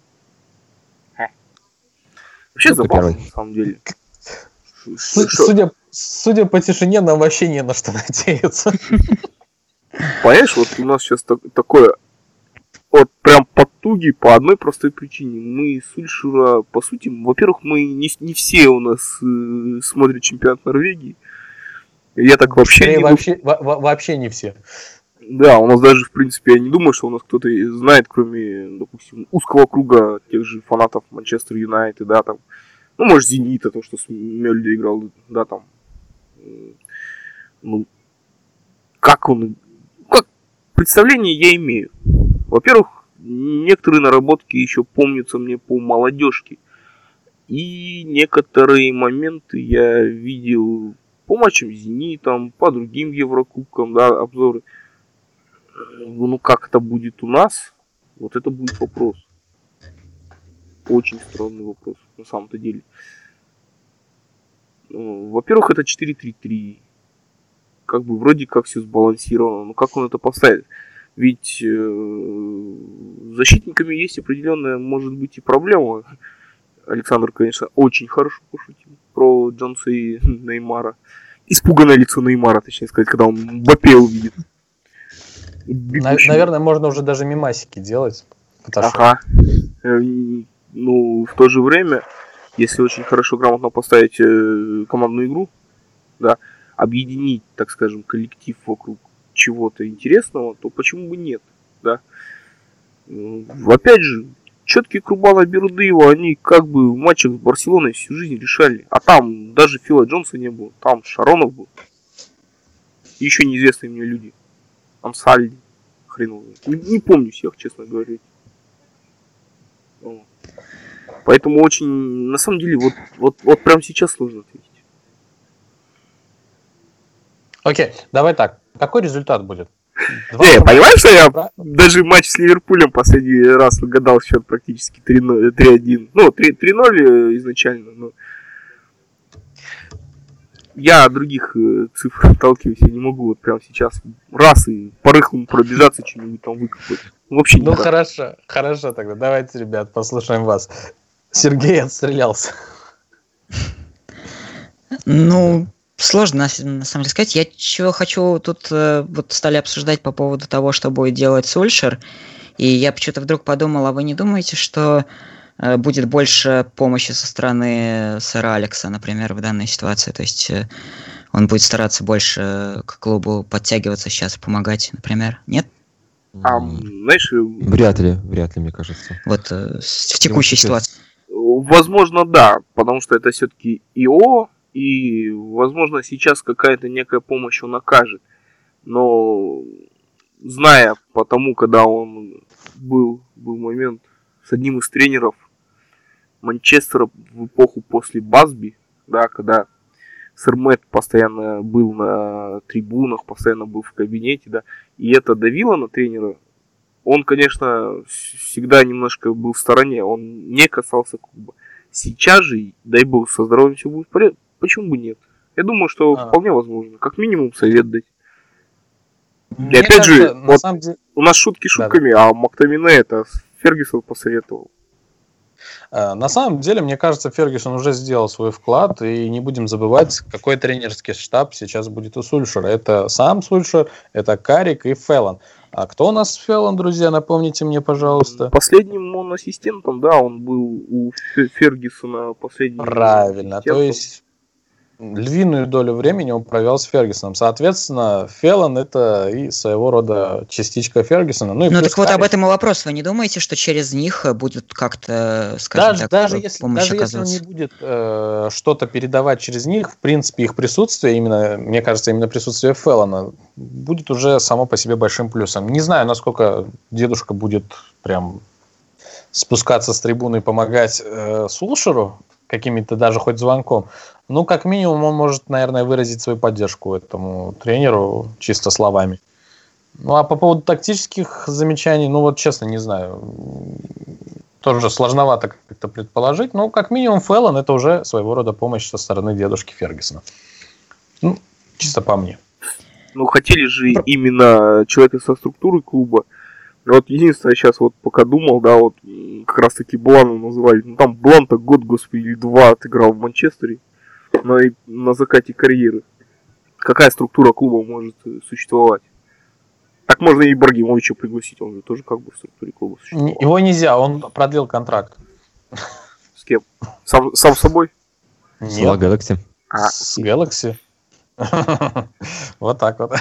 Вообще Ну, забавно, первый. на самом деле. Су- Что- Судя, судя по тишине, нам вообще не на что надеяться. Понимаешь, вот у нас сейчас так- такое, вот прям потуги по одной простой причине. Мы Сульшера, по сути, во-первых, мы не, не все у нас э, смотрят чемпионат Норвегии. Я так вообще Скорее, не... вообще, во- во- вообще не все. Да, у нас даже, в принципе, я не думаю, что у нас кто-то знает, кроме, допустим, узкого круга тех же фанатов Манчестер Юнайтед, да, там, ну, может, Зенита, то, что с Мёльде играл, да, там, э, ну, как он, как, представление я имею. Во-первых, некоторые наработки еще помнятся мне по молодежке, и некоторые моменты я видел по матчам с Зенитом, по другим Еврокубкам, да, обзоры. Ну, как это будет у нас, вот это будет вопрос. Очень странный вопрос, на самом-то деле. Ну, во-первых, это четыре три три. Как бы вроде как все сбалансировано. Но как он это поставит? Ведь э, с защитниками есть определенная, может быть, и проблема. Александр, конечно, очень хорошо пошутил про Джонса и Неймара. Испуганное лицо Неймара, точнее сказать, когда он Мбаппе увидит. На- наверное, можно уже даже мемасики делать. потому что- Ага. Э, Ну, в то же время, если очень хорошо, грамотно поставить э, командную игру, да, объединить, так скажем, коллектив вокруг чего-то интересного, то почему бы нет, да? М, Опять же, четкие Курбана Берудыева, они как бы в матчах с Барселоной всю жизнь решали. А там даже Фила Джонса не было, там Шаронов был. И еще неизвестные мне люди. Амсальди, хреновый. Не, не помню всех, честно говоря. Вот. Поэтому очень, на самом деле, вот, вот, вот прямо сейчас сложно ответить. Окей, давай так. Какой результат будет? Два Не, ноль. понимаешь, что я Бра- даже матч с Ливерпулем последний раз угадал счет практически три ноль, три один. Ну, три ноль изначально, но... я от других э, цифр отталкиваюсь, я не могу вот прямо сейчас раз и по рыхлому пробежаться, что-нибудь там выкопать. Вообще Ну никак. хорошо, хорошо тогда. Давайте, ребят, послушаем вас. Сергей отстрелялся. Ну, сложно на, на самом деле сказать. Я чего хочу, тут э, вот стали обсуждать по поводу того, что будет делать Сульшер, и я почему-то вдруг подумал, а вы не думаете, что э, будет больше помощи со стороны сэра Алекса, например, в данной ситуации? То есть э, он будет стараться больше к клубу подтягиваться сейчас, помогать, например? Нет? А, М, знаешь, э, Вряд ли, вряд ли, мне кажется. Вот э, с- в текущей сейчас- ситуации. возможно, да, потому что это все-таки ИО, и, возможно, сейчас какая-то некая помощь он окажет. Но, зная по тому, когда он был, был момент с одним из тренеров Манчестера в эпоху после Басби, да, когда сэр Мэтт постоянно был на трибунах, постоянно был в кабинете, да, и это давило на тренера, он, конечно, всегда немножко был в стороне, он не касался клуба. Сейчас же, дай бог, со здоровьем все будет в порядке, почему бы нет? Я думаю, что А. вполне возможно, как минимум совет дать. Мне опять кажется, же, на вот- самом деле, У нас шутки шутками, а Мактомине это Фергюсон посоветовал. э, на самом деле, мне кажется, Фергюсон уже сделал свой вклад, и не будем забывать, какой тренерский штаб сейчас будет у Сульшера. Это сам Сульшер, это Карик и Феллон. А кто у нас Феллон, друзья, напомните мне, пожалуйста. Последним он ассистентом, да, он был у Фе- Фергюсона последним. Правильно, то ассистентом. есть львиную долю времени он провел с Фергюсоном. Соответственно, Феллон это и своего рода частичка Фергюсона. Ну, и Ну плюс так вот об Карик. этом и вопрос. Вы не думаете, что через них э, будет как-то, скажем Даже, так, даже, э, если, помощь даже если он оказываться? не будет э, что-то передавать через них, в принципе, их присутствие, именно, мне кажется, именно присутствие Феллона, будет уже само по себе большим плюсом. Не знаю, насколько дедушка будет прям спускаться с трибуны и помогать э, Сулшеру какими-то даже хоть звонком. Ну, как минимум, он может, наверное, выразить свою поддержку этому тренеру чисто словами. Ну, а по поводу тактических замечаний, ну, вот честно, не знаю. Тоже сложновато как-то предположить. Но, как минимум, Феллон – это уже своего рода помощь со стороны дедушки Фергюсона. Ну, чисто по мне. Ну, хотели же именно человека со структурой клуба. Вот единственное, сейчас вот пока думал, да, вот м, как раз таки Блану называли. Ну, там Блан-то год, господи, или два отыграл в Манчестере, но и на закате карьеры. Какая структура клуба может э, существовать? Так можно и Ибрагимовича пригласить, он же тоже как бы в структуре клуба Н- существовал. Его нельзя, он продлил контракт. С кем? Сам, сам собой? Села Нет, Galaxy. А, с Galaxy. Вот так вот.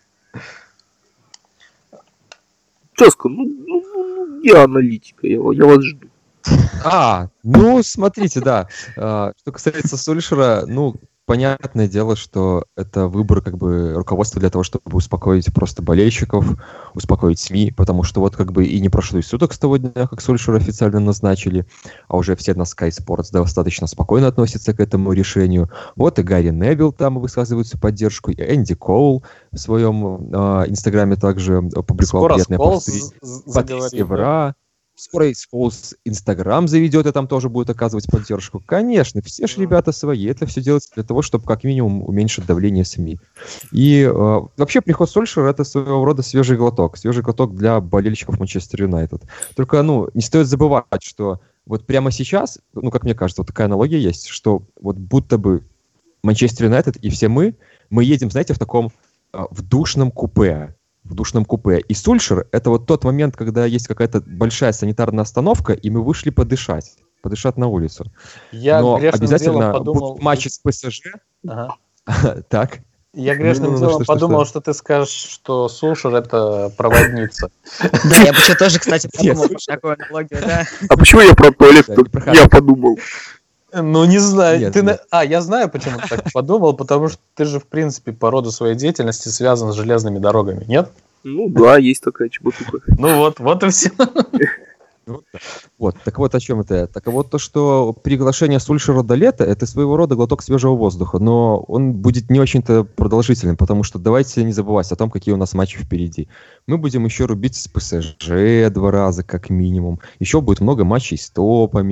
Тезка, ну, ну, ну, я аналитика, я, я вас жду. А, ну, смотрите, да. А, Что касается Сульшера, ну, понятное дело, что это выбор как бы руководства для того, чтобы успокоить просто болельщиков, успокоить СМИ, потому что вот как бы и не прошло и суток с того дня, как Сульшера официально назначили, а уже все на Sky Sports достаточно спокойно относятся к этому решению. Вот и Гарри Невилл там высказывает свою поддержку, и Энди Коул в своем а, инстаграме также опубликовал Скоро приятные Сколс посты. з- Патрис заговорил. да. Евра. Скоро и Сколс Инстаграм заведет, и там тоже будет оказывать поддержку. Конечно, все же ребята свои. Это все делается для того, чтобы как минимум уменьшить давление СМИ. И э, вообще приход Сольшера — это своего рода свежий глоток. Свежий глоток для болельщиков Манчестер Юнайтед. Только, ну, не стоит забывать, что вот прямо сейчас, ну, как мне кажется, вот такая аналогия есть, что вот будто бы Манчестер Юнайтед и все мы, мы едем, знаете, в таком э, в душном купе. в душном купе. И Сульшер — это вот тот момент, когда есть какая-то большая санитарная остановка, и мы вышли подышать. Подышать на улицу. Я Но грешным обязательно делом подумал... будут матчи с ПСЖ. Ага. Так. Я грешным Ну, ну, ну, делом что, что, подумал, что? что ты скажешь, что Сульшер это проводница. Да, я бы что тоже, кстати, Нет, подумал слушай. такую аналогию, да. А почему я про туалет Да, не проходи. я подумал? Ну, не знаю. Нет, ты на- нет. А, я знаю, почему ты так подумал, потому что ты же, в принципе, по роду своей деятельности связан с железными дорогами, нет? Ну да, есть такая чеботуха. Ну вот, вот и все. Вот, да. Вот, так вот о чем это я. Так вот то, что приглашение Сульшера до лета — это своего рода глоток свежего воздуха, но он будет не очень-то продолжительным, потому что давайте не забывать о том, какие у нас матчи впереди. Мы будем еще рубиться с ПСЖ два раза, как минимум. Еще будет много матчей с топами.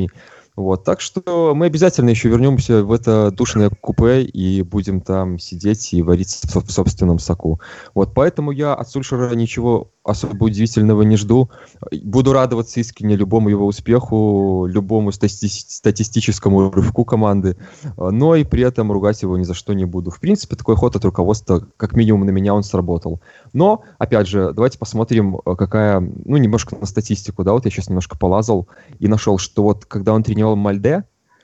Вот, так что мы обязательно еще вернемся в это душное купе и будем там сидеть и вариться в, в собственном соку. Вот, поэтому я от Сульшера ничего особо удивительного не жду. Буду радоваться искренне любому его успеху, любому стати- статистическому рывку команды, но и при этом ругать его ни за что не буду. В принципе, такой ход от руководства, как минимум на меня, он сработал. Но, опять же, давайте посмотрим, какая, ну, немножко на статистику, да, вот я сейчас немножко полазал и нашел, что вот когда он тренировал Мальде,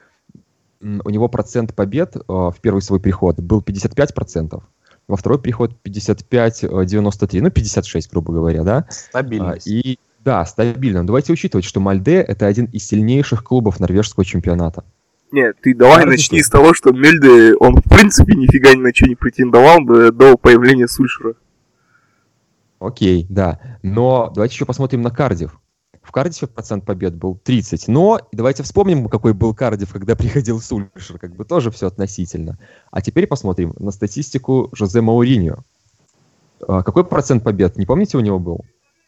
у него процент побед э, в первый свой приход был пятьдесят пять процентов, во второй приход пятьдесят пять девяносто три, ну пятьдесят шесть, грубо говоря, да? Стабильность. А, и, да, стабильно. Но давайте учитывать, что Мальде — это один из сильнейших клубов норвежского чемпионата. Нет, ты давай Кажется, начни с того, что Мельде, он в принципе нифига ни на что не претендовал до, до появления Сульшера. Окей, да. Но давайте еще посмотрим на Кардифф. В Кардиффе процент побед был тридцать. Но давайте вспомним, какой был Кардифф, когда приходил Сульшер. Как бы тоже все относительно. А теперь посмотрим на статистику Жозе Мауриньо. А, какой процент побед? Не помните, у него был?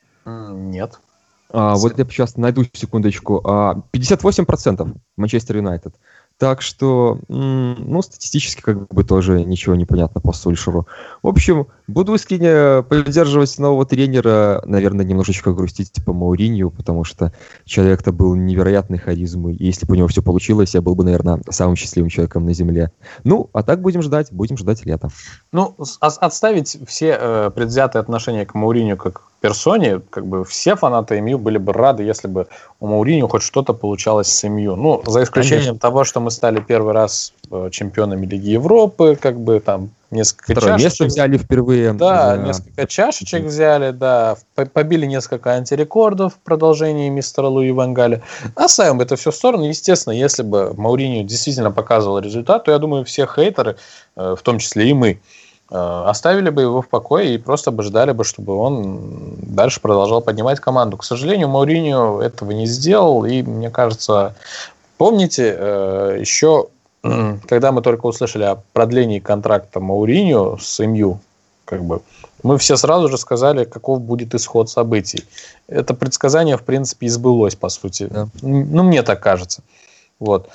Нет. А, вот я сейчас найду секундочку. А, пятьдесят восемь процентов Манчестер Юнайтед. Так что, ну, статистически как бы тоже ничего не понятно по Сульшеру. В общем, буду искренне поддерживать нового тренера, наверное, немножечко грустить по Мауринью, потому что человек-то был невероятной харизмой, и если бы у него все получилось, я был бы, наверное, самым счастливым человеком на земле. Ну, а так будем ждать, будем ждать лета. Ну, отставить все э, предвзятые отношения к Мауринью как персоне, как бы все фанаты эм ю были бы рады, если бы у Мауриньо хоть что-то получалось с эм ю. Ну, за исключением Конечно. того, что мы стали первый раз чемпионами Лиги Европы, как бы там несколько Второе чашечек. место взяли впервые. Да, за... несколько чашечек взяли, да, побили несколько антирекордов в продолжении мистера Луи ван Галя. Оставим это все в сторону. Естественно, если бы Мауриньо действительно показывал результат, то я думаю, все хейтеры, в том числе и мы, оставили бы его в покое и просто бы ждали бы, чтобы он дальше продолжал поднимать команду. К сожалению, Мауриньо этого не сделал, и мне кажется, помните, еще когда мы только услышали о продлении контракта Мауриньо с эм ю, как бы, мы все сразу же сказали, каков будет исход событий. Это предсказание, в принципе, и сбылось, по сути. Да. Ну, мне так кажется. Вот.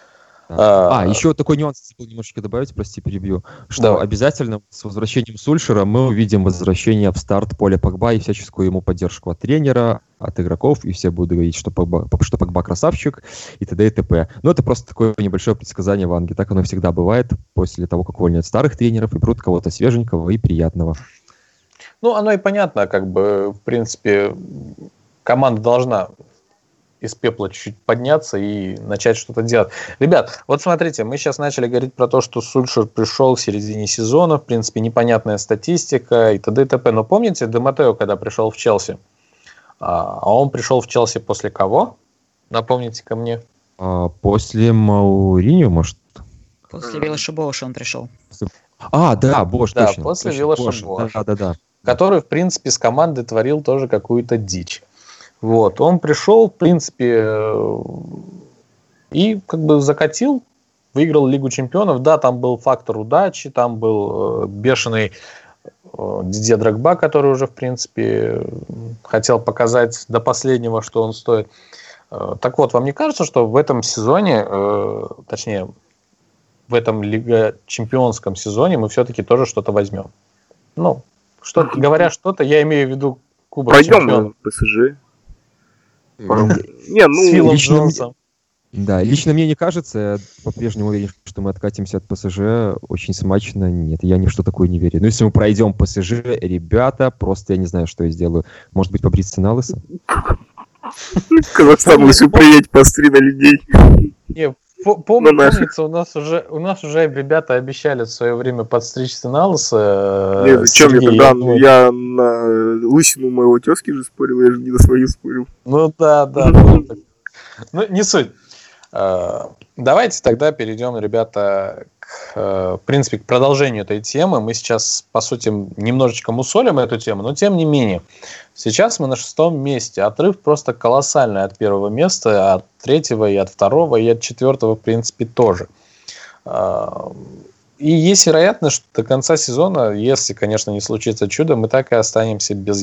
А, а, еще такой нюанс, если немножечко добавить, прости, перебью, что Давай. обязательно с возвращением Сульшера мы увидим возвращение в старт Поля Погба и всяческую ему поддержку от тренера, от игроков, и все будут говорить, что Погба, что Погба красавчик, и т.д. и т.п. Но это просто такое небольшое предсказание в Англии. Так оно всегда бывает после того, как увольняют старых тренеров и берут кого-то свеженького и приятного. Ну, оно и понятно, как бы, в принципе, команда должна из пепла чуть-чуть подняться и начать что-то делать. Ребят, вот смотрите, мы сейчас начали говорить про то, что Сульшер пришел в середине сезона, в принципе, непонятная статистика и т.д. и т.п. Но помните, Ди Маттео, когда пришел в Челси, а он пришел в Челси после кого? Напомните-ка мне. А, после Мауриньо, может? После Виллаши-Боуша он пришел. А, да, Бош, да, точно. после Виллаши-Боуша. Да, да, да. Который, в принципе, с командой творил тоже какую-то дичь. Вот, он пришел, в принципе, и как бы закатил, выиграл Лигу чемпионов. Да, там был фактор удачи, там был бешеный Дидье Дрогба, который уже, в принципе, хотел показать до последнего, что он стоит. Так вот, вам не кажется, что в этом сезоне, точнее, в этом Лига чемпионском сезоне мы все-таки тоже что-то возьмем? Ну, что, говоря что-то, я имею в виду Кубок чемпионов. Пойдем ПСЖ. Не, ну, с Филом лично Джонсом. Мне, да, лично мне не кажется, я по-прежнему уверен, что мы откатимся от ПСЖ очень смачно. Нет, я ни в что такое не верю. Но если мы пройдем ПСЖ, ребята, просто я не знаю, что я сделаю. Может быть, побриться на лысо? Казахстан лучше приедет посмотри на людей. Не, помнится, у нас уже у нас уже ребята обещали в свое время подстричься на лысо. Нет, зачем я тогда? Я на лысину моего тезки же спорил, я же не на свою спорил. Ну да, да. Ну, не суть. Давайте тогда перейдем, ребята, к, в принципе, к продолжению этой темы. Мы сейчас, по сути, немножечко мусолим эту тему, но тем не менее. Сейчас мы на шестом месте. Отрыв просто колоссальный от первого места, от третьего и от второго, и от четвертого, в принципе, тоже. И есть вероятность, что до конца сезона, если, конечно, не случится чудо, мы так и останемся без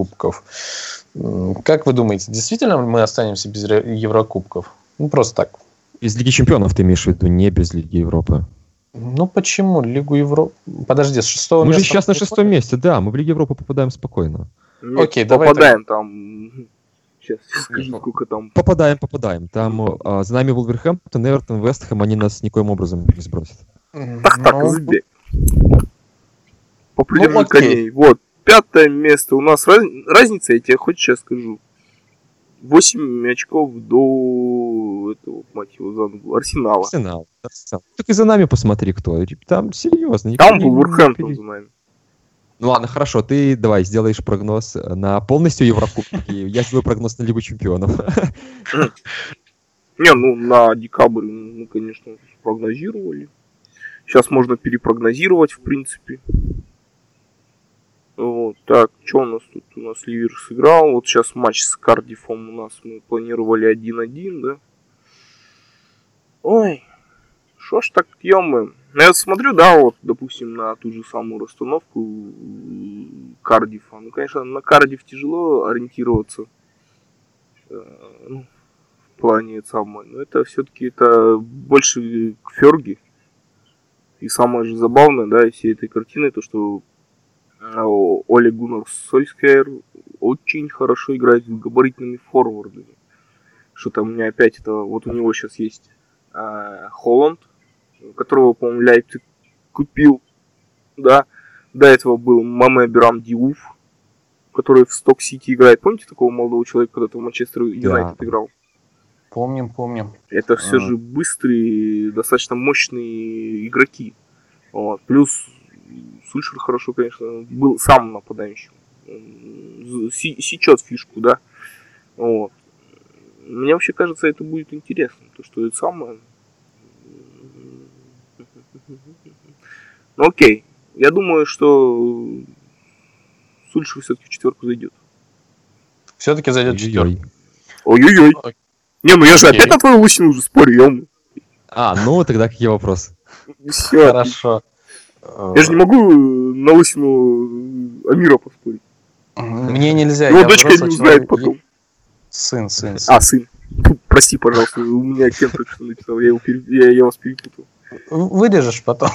Еврокубков. Как вы думаете, действительно мы останемся без Еврокубков? Ну, просто так, Без Лиги Чемпионов ты имеешь в виду, не без Лиги Европы. Ну почему? Лигу Европы... Подожди, с шестого Мы места... же сейчас на шестом месте, да, мы в Лиге Европы попадаем спокойно. Нет, Окей, давай попадаем там... Сейчас скажу, сколько там... Попадаем, попадаем. Там а, за нами Вулверхэмптон, Эвертон, Вестхэм, они нас никоим образом не сбросят. Так, так, Ну, забей. Попридержи окей. коней. Вот, пятое место. У нас раз... разница, я тебе хоть сейчас скажу. восемь очков до этого, мать его, за Арсенала. Арсенал. Арсенал. Так и за нами посмотри, кто. Там серьезно. Там никто не- Вулверхэмптон не- за нами. Ну ладно, хорошо, ты давай сделаешь прогноз на полностью Еврокубки. Я сделаю прогноз на Лигу Чемпионов. Не, ну на декабрь, ну, конечно, прогнозировали. Сейчас можно перепрогнозировать, в принципе. Вот, так, что у нас тут? У нас Ливер сыграл. Вот сейчас матч с Кардифом у нас мы планировали один-один, да? Ой, что ж так, ё-моё. Я смотрю, да, вот, допустим, на ту же самую расстановку Кардифа. Ну, конечно, на Кардиф тяжело ориентироваться. Э, ну, в плане самой. Но это все-таки это больше к Ферги. И самое же забавное, да, из всей этой картины, то, что Оле Гуннар Сольскjaer очень хорошо играет с габаритными форвардами. Что-то у меня опять это... Вот у него сейчас есть э, Холланд, которого, по-моему, Лейпциг купил. Да. До этого был Маме Бирам Диуф, который в Сток-Сити играет. Помните такого молодого человека, когда-то в Манчестер Юнайтед Да. играл? Помним, помним. Это все А. же быстрые, достаточно мощные игроки. Вот. Плюс Сульшер хорошо, конечно, был сам нападающим. Он си- сечет фишку, да. Вот. Мне вообще кажется, это будет интересно. То, что это самое... Ну окей. Я думаю, что Сульшер все-таки в четверку зайдет. Все-таки зайдет четвертый. Ой-ой-ой. Ой-ой-ой. Не, ну я же Окей. опять на твою лысину уже спорю, ё-моё. А, ну тогда какие вопросы? Всё. Хорошо. Я же не могу на лысину Амира поспорить. Мне нельзя. Его я дочка не взрослый узнает человек. потом. Сын, сын, сын. А, сын. Фу, прости, пожалуйста, у меня Кен только что написал, я, его пере- я, я вас перепутал. Вырежешь потом.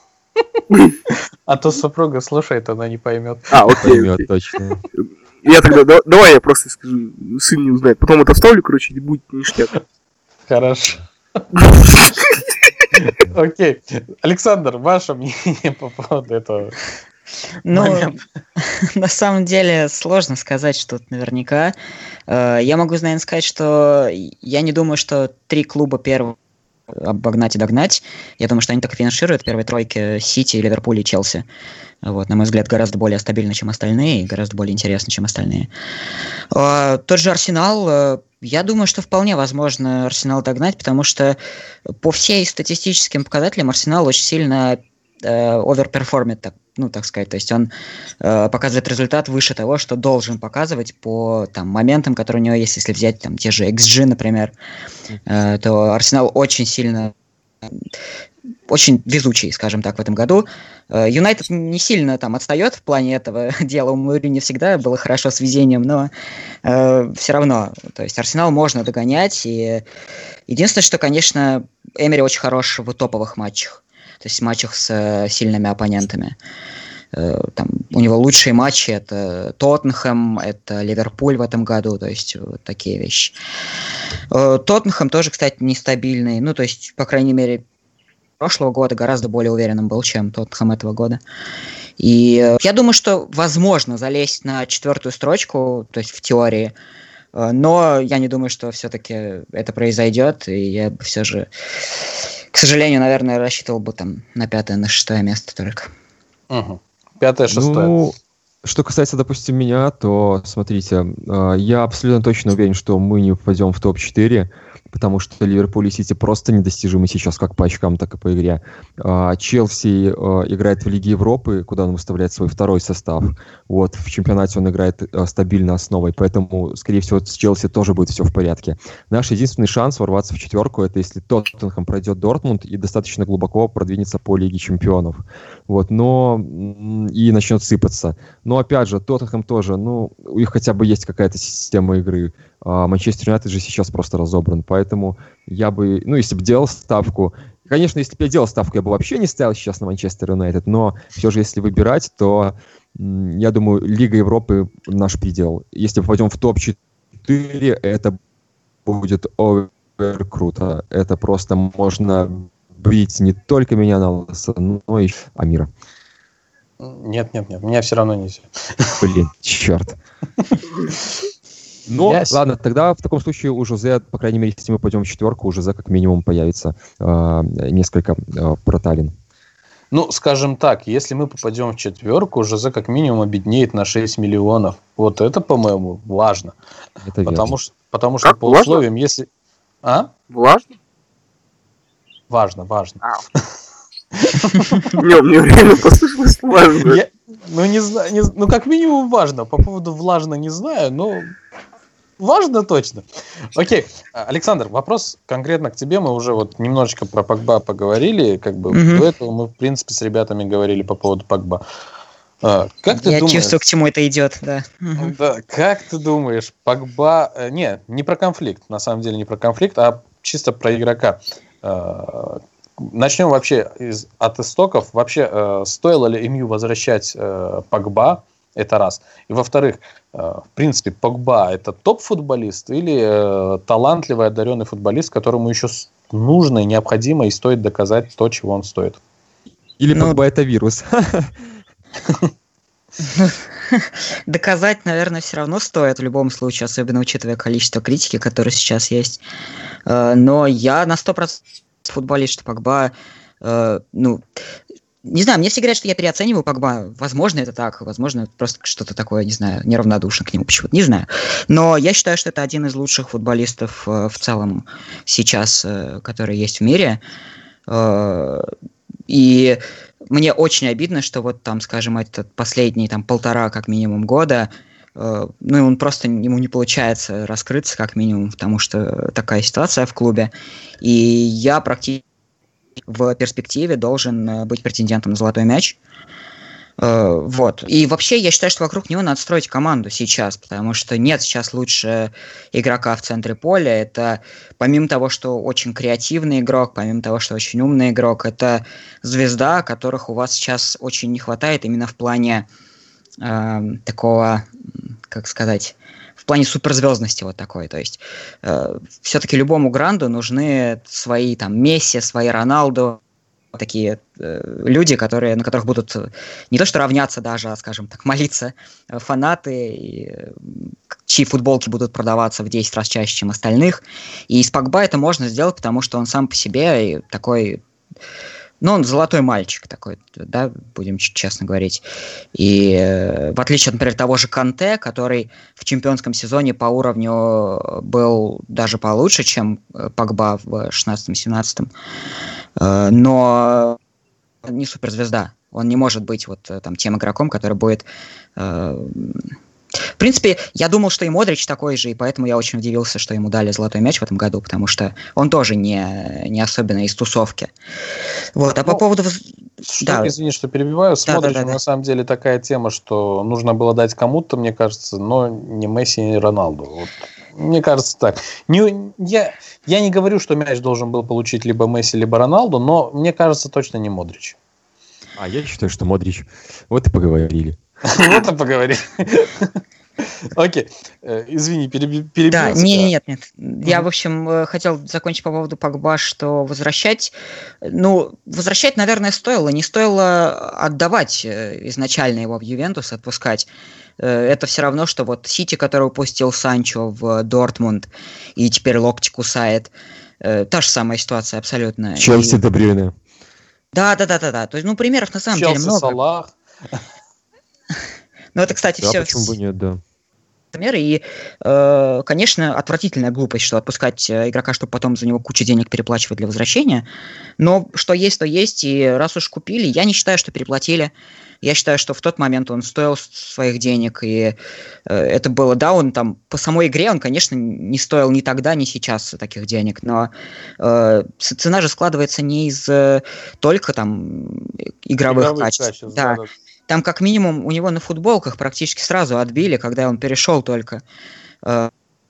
А то супруга слушает, она не поймет. А, окей, Поймет окей. точно. Я тогда, да- давай я просто скажу, сын не узнает. Потом это вставлю, короче, и будет ништяк. Хорошо. Окей. Александр, ваше мнение по поводу этого Ну, момента? на самом деле сложно сказать что-то наверняка. Э, Я могу, наверное, сказать, что я не думаю, что три клуба первых обогнать и догнать. Я думаю, что они так и финишируют в первой тройке: Сити, Ливерпуль и Челси. Вот, на мой взгляд, гораздо более стабильно, чем остальные, и гораздо более интересно, чем остальные. А, Тот же Арсенал, э, я думаю, что вполне возможно Арсенал догнать, потому что по всей статистическим показателям Арсенал очень сильно э, оверперформит, так, ну, так сказать. То есть он э, показывает результат выше того, что должен показывать по там, моментам, которые у него есть. Если взять там, те же икс джи, например, э, то Арсенал очень сильно... очень везучий, скажем так, в этом году. Э, Юнайтед не сильно там отстает в плане этого дела. У Мourinho всегда было хорошо с везением, но э, все равно. То есть Арсенал можно догонять. И единственное, что, конечно, Эмери очень хорош в топовых матчах. То есть в матчах с э, сильными оппонентами. Э, там, у него лучшие матчи — это Тоттенхэм, это Ливерпуль в этом году. То есть вот такие вещи. Э, Тоттенхэм тоже, кстати, нестабильный. Ну, то есть, по крайней мере, прошлого года гораздо более уверенным был, чем Тоттенхэм этого года. И э, я думаю, что возможно залезть на четвертую строчку, то есть в теории, э, но я не думаю, что все-таки это произойдет, и я бы все же, к сожалению, наверное, рассчитывал бы там на пятое, на шестое место только. Угу. Пятое, шестое. Ну, что касается, допустим, меня, то, смотрите, э, я абсолютно точно уверен, что мы не попадем в топ четыре, потому что Ливерпуль и Сити просто недостижимы сейчас как по очкам, так и по игре. А, Челси а, играет в Лиге Европы, куда он выставляет свой второй состав. Вот, в чемпионате он играет а, стабильно основой, поэтому, скорее всего, с Челси тоже будет все в порядке. Наш единственный шанс ворваться в четверку — это если Тоттенхэм пройдет Дортмунд и достаточно глубоко продвинется по Лиге Чемпионов. Вот, но и начнет сыпаться. Но, опять же, Тоттенхэм тоже, ну, у них хотя бы есть какая-то система игры. А Манчестер Юнайтед же сейчас просто разобран, поэтому я бы, ну, если бы делал ставку, конечно, если бы я делал ставку, я бы вообще не ставил сейчас на Манчестер Юнайтед, но все же, если выбирать, то м, я думаю, Лига Европы наш предел. Если попадем в топ четыре, это будет овер круто. Это просто можно бить не только меня на лысо, но и Амира. Нет, нет, нет, меня все равно нельзя. Блин, черт. Ну, Yes. ладно, тогда в таком случае у Жозе, по крайней мере, если мы пойдем в четверку, у Жозе как минимум появится э, несколько э, проталин. Ну, скажем так, если мы попадем в четверку, Жозе как минимум обеднеет на шесть миллионов. Вот это, по-моему, важно. Это потому верно. что, потому что Как, по условиям, если... А? Влажно? Важно, важно. А. Не, мне реально послышалось влажно. Я- ну, не знаю, не з- ну, как минимум важно. По поводу влажно не знаю, но важно точно. Окей, А, Александр, вопрос конкретно к тебе. Мы уже вот немножечко про Погба поговорили. Как бы Мгм. до этого мы, в принципе, с ребятами говорили по поводу Погба. А, Как ты Я думаешь... чувствую, к чему это идет, да. Мгм. Да, как ты думаешь, Погба... э, Не, не про конфликт, на самом деле не про конфликт, а чисто про игрока. Э, Начнем вообще из, от истоков. Вообще, э, стоило ли МЮ возвращать э, Погба? Это раз. И во-вторых, э, в принципе, Погба это топ-футболист или э, талантливый, одаренный футболист, которому еще с- нужно и необходимо и стоит доказать то, чего он стоит? Или Ну- Погба это вирус. Доказать, наверное, все равно стоит в любом случае, особенно учитывая количество критики, которое сейчас есть. Э, Но я на сто процентов футболист, что Погба, э, ну, не знаю, мне все говорят, что я переоцениваю Погба. Возможно, это так, возможно, это просто что-то такое, не знаю, неравнодушно к нему почему-то, не знаю. Но я считаю, что это один из лучших футболистов э, в целом сейчас, э, который есть в мире. Э, И мне очень обидно, что вот там, скажем, этот последний там полтора как минимум года, э, ну, он просто, ему не получается раскрыться как минимум, потому что такая ситуация в клубе. И я практически в перспективе должен э, быть претендентом на золотой мяч. Э, Вот. И вообще, я считаю, что вокруг него надо строить команду сейчас, потому что нет сейчас лучше игрока в центре поля. Это помимо того, что очень креативный игрок, помимо того, что очень умный игрок, это звезда, которых у вас сейчас очень не хватает именно в плане э, такого, м, как сказать, в плане суперзвездности вот такой. То есть э, все-таки любому гранду нужны свои там Месси, свои Роналду, такие э, люди, которые, на которых будут э, не то что равняться даже, а, скажем так, молиться э, фанаты, и, э, чьи футболки будут продаваться в десять раз чаще, чем остальных. И из Погба это можно сделать, потому что он сам по себе и такой, ну, он золотой мальчик такой, да, будем ч- честно говорить. И э, в отличие от, например, того же Канте, который в чемпионском сезоне по уровню был даже получше, чем э, Погба в шестнадцатом-семнадцатом, Э, но он не суперзвезда. Он не может быть вот э, там тем игроком, который будет... э, В принципе, я думал, что и Модрич такой же, и поэтому я очень удивился, что ему дали золотой мяч в этом году, потому что он тоже не, не особенно из тусовки. Вот, а по Ну, поводу... воз- Что, Да. Извини, что перебиваю. С Да, да, Модричем да, да. на самом деле такая тема, что нужно было дать кому-то, мне кажется, но не Месси, не Роналду. Вот. Мне кажется так. Не, я, я не говорю, что мяч должен был получить либо Месси, либо Роналду, но мне кажется, точно не Модрич. А я считаю, что Модрич. Вот и поговорили. Вот и поговорим. Окей. Э, Извини, переби- перебил Да, тебя. не, не, нет, нет. Я, Мгм. в общем, э, хотел закончить по поводу Погба, что возвращать, э, ну, возвращать, наверное, стоило. Не стоило отдавать э, изначально его в Ювентус, отпускать. Э, Это все равно, что вот Сити, который упустил Санчо в Дортмунд и теперь локти кусает. Э, Та же самая ситуация абсолютно. Челси И- Де Брюйне. Да, да, да, да, да. То есть, ну, примеров на самом деле Челси, много. Салах. Но это, кстати, Да, все почему бы нет, да. меры. И, э, конечно, отвратительная глупость, что отпускать э, игрока, чтобы потом за него кучу денег переплачивать для возвращения. Но что есть, то есть. И раз уж купили, я не считаю, что переплатили. Я считаю, что в тот момент он стоил с- своих денег. И э, это было, да, он там по самой игре, он, конечно, не стоил ни тогда, ни сейчас таких денег. Но э, ц- цена же складывается не из э, только там игровых, Игровых качеств. качеств, Да. да, да. Там как минимум у него на футболках практически сразу отбили, когда он перешел только. Э,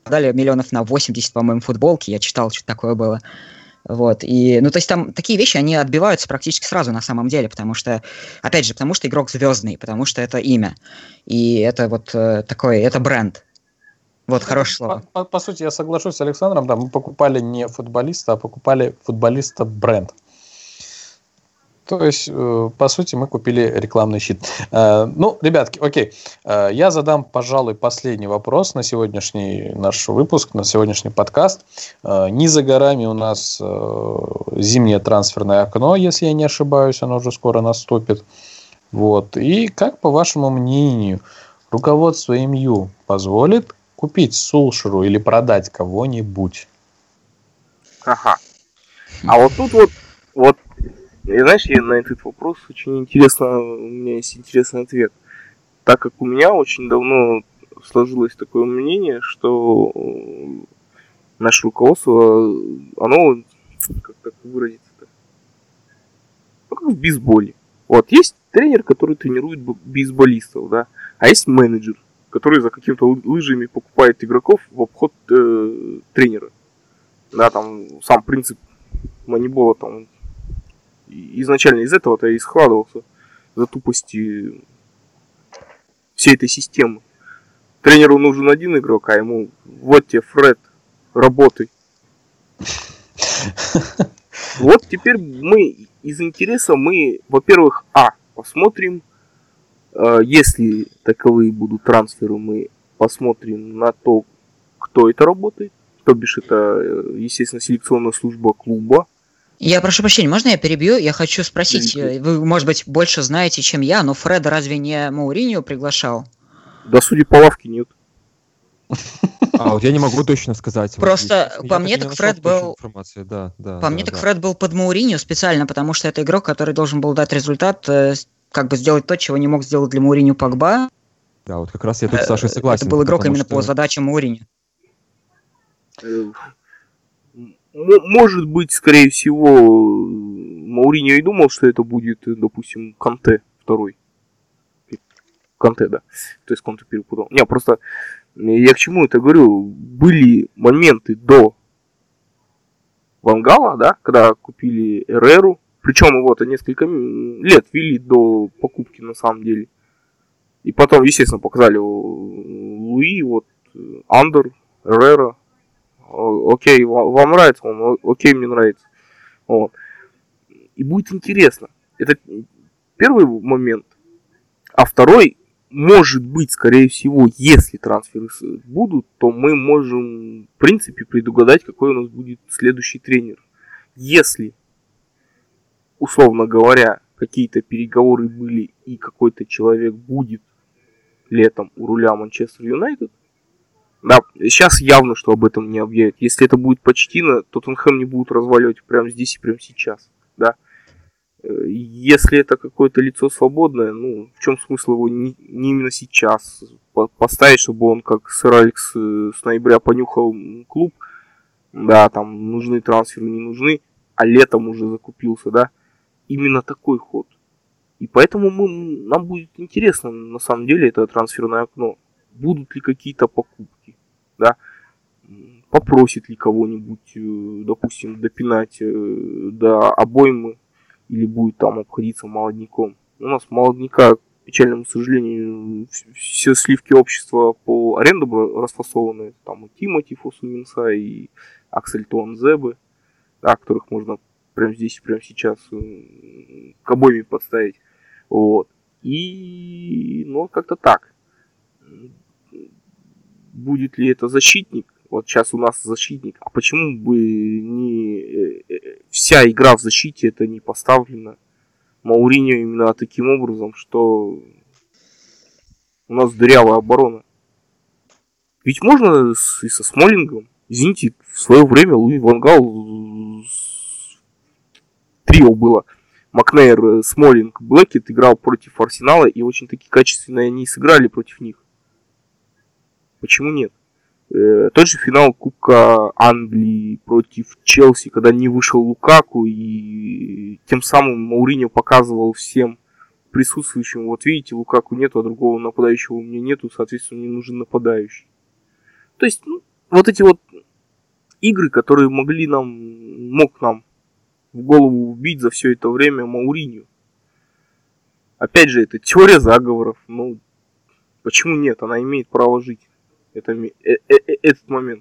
продали миллионов на восемьдесят, по-моему, футболки, я читал, что такое было. Вот, и, ну, то есть там такие вещи, они отбиваются практически сразу на самом деле, потому что, опять же, потому что игрок звездный, потому что это имя, и это вот э, такой, это бренд. Вот, хорошее слово. По, по, по сути, я соглашусь с Александром, да, мы покупали не футболиста, а покупали футболиста-бренд. То есть, э, по сути, мы купили рекламный щит. Э, ну, ребятки, окей. Э, я задам, пожалуй, последний вопрос на сегодняшний наш выпуск, на сегодняшний подкаст. Э, не за горами у нас э, зимнее трансферное окно, если я не ошибаюсь, оно уже скоро наступит. Вот. И как, по вашему мнению, руководство эм ю позволит купить Сулшеру или продать кого-нибудь? Ага. А вот тут вот, вот и знаешь, я на этот вопрос очень интересно, у меня есть интересный ответ. Так как у меня очень давно сложилось такое мнение, что наше руководство, оно, как так выразиться-то, ну, как в бейсболе. Вот, есть тренер, который тренирует бейсболистов, да, а есть менеджер, который за какими-то лыжами покупает игроков в обход э, тренера. Да, там сам принцип манибола там изначально из этого-то и складывался за тупости всей этой системы. Тренеру нужен один игрок, а ему вот тебе, Фред, работай. Вот теперь мы из интереса мы, во-первых, а, посмотрим, э, если таковые будут трансферы, мы посмотрим на то, кто это работает. То бишь это, естественно, селекционная служба клуба. Я прошу прощения, можно я перебью? Я хочу спросить, вы, может быть, больше знаете, чем я, но Фреда разве не Мауриньо приглашал? Да, судя по лавке, нет. А, вот я не могу точно сказать. Просто Вот, по мне так Фред был... Да, да, по да, мне да. так Фред был под Мауриньо специально, потому что это игрок, который должен был дать результат, как бы сделать то, чего не мог сделать для Мауриньо Погба. Да, вот как раз я тут с Сашей согласен. Это был игрок именно что... по задачам Мауриньо. Может быть, скорее всего, Мауриньо и думал, что это будет, допустим, Канте второй. Канте, да. То есть Канте перепутал. Не, просто я к чему это говорю. Были моменты до Ван Гала, да, когда купили Эреру. Причем его-то несколько лет вели до покупки на самом деле. И потом, естественно, показали Луи, вот, Андер, Эрера. Окей, вам нравится он, окей, мне нравится. Вот. И будет интересно. Это первый момент. А второй, может быть, скорее всего, если трансферы будут, то мы можем, в принципе, предугадать, какой у нас будет следующий тренер. Если, условно говоря, какие-то переговоры были и какой-то человек будет летом у руля Манчестер Юнайтед, да, сейчас явно, что об этом не объявят. Если это будет Почтино, Тоттенхэм не будут разваливать прямо здесь и прямо сейчас. Да? Если это какое-то лицо свободное, ну, в чем смысл его не, не именно сейчас поставить, чтобы он, как сэр Алекс, с ноября понюхал клуб, да, там нужны трансферы, не нужны, а летом уже закупился, да. Именно такой ход. И поэтому мы, нам будет интересно, на самом деле, это трансферное окно. Будут ли какие-то покупки, да, попросит ли кого-нибудь, допустим, допинать до обоймы, или будет там обходиться молодняком. У нас молодняка, к печальному сожалению, все сливки общества по аренду расфасованы, там и Тимоти Фосу-Минса, и Аксель Туанзебе, да, которых можно прямо здесь и прямо сейчас к обойме подставить, вот, и, ну, как-то так. Будет ли это защитник? Вот сейчас у нас защитник. А почему бы не вся игра в защите это не поставлена Мауриньо именно таким образом, что у нас дырявая оборона? Ведь можно с, и со Смолингом. Извините, в свое время Луи Ван Гал трио было. Макнейр, Смолинг, Блэкет играл против Арсенала, и очень таки качественно они сыграли против них. Почему нет? Э, тот же финал Кубка Англии против Челси, когда не вышел Лукаку, и тем самым Мауриньо показывал всем присутствующим: вот видите, Лукаку нету, а другого нападающего у меня нету, соответственно, мне нужен нападающий. То есть, ну, вот эти вот игры, которые могли нам, мог нам в голову вбить за все это время Мауриньо. Опять же, это теория заговоров. Ну, почему нет? Она имеет право жить. Это, э, э, э, этот момент.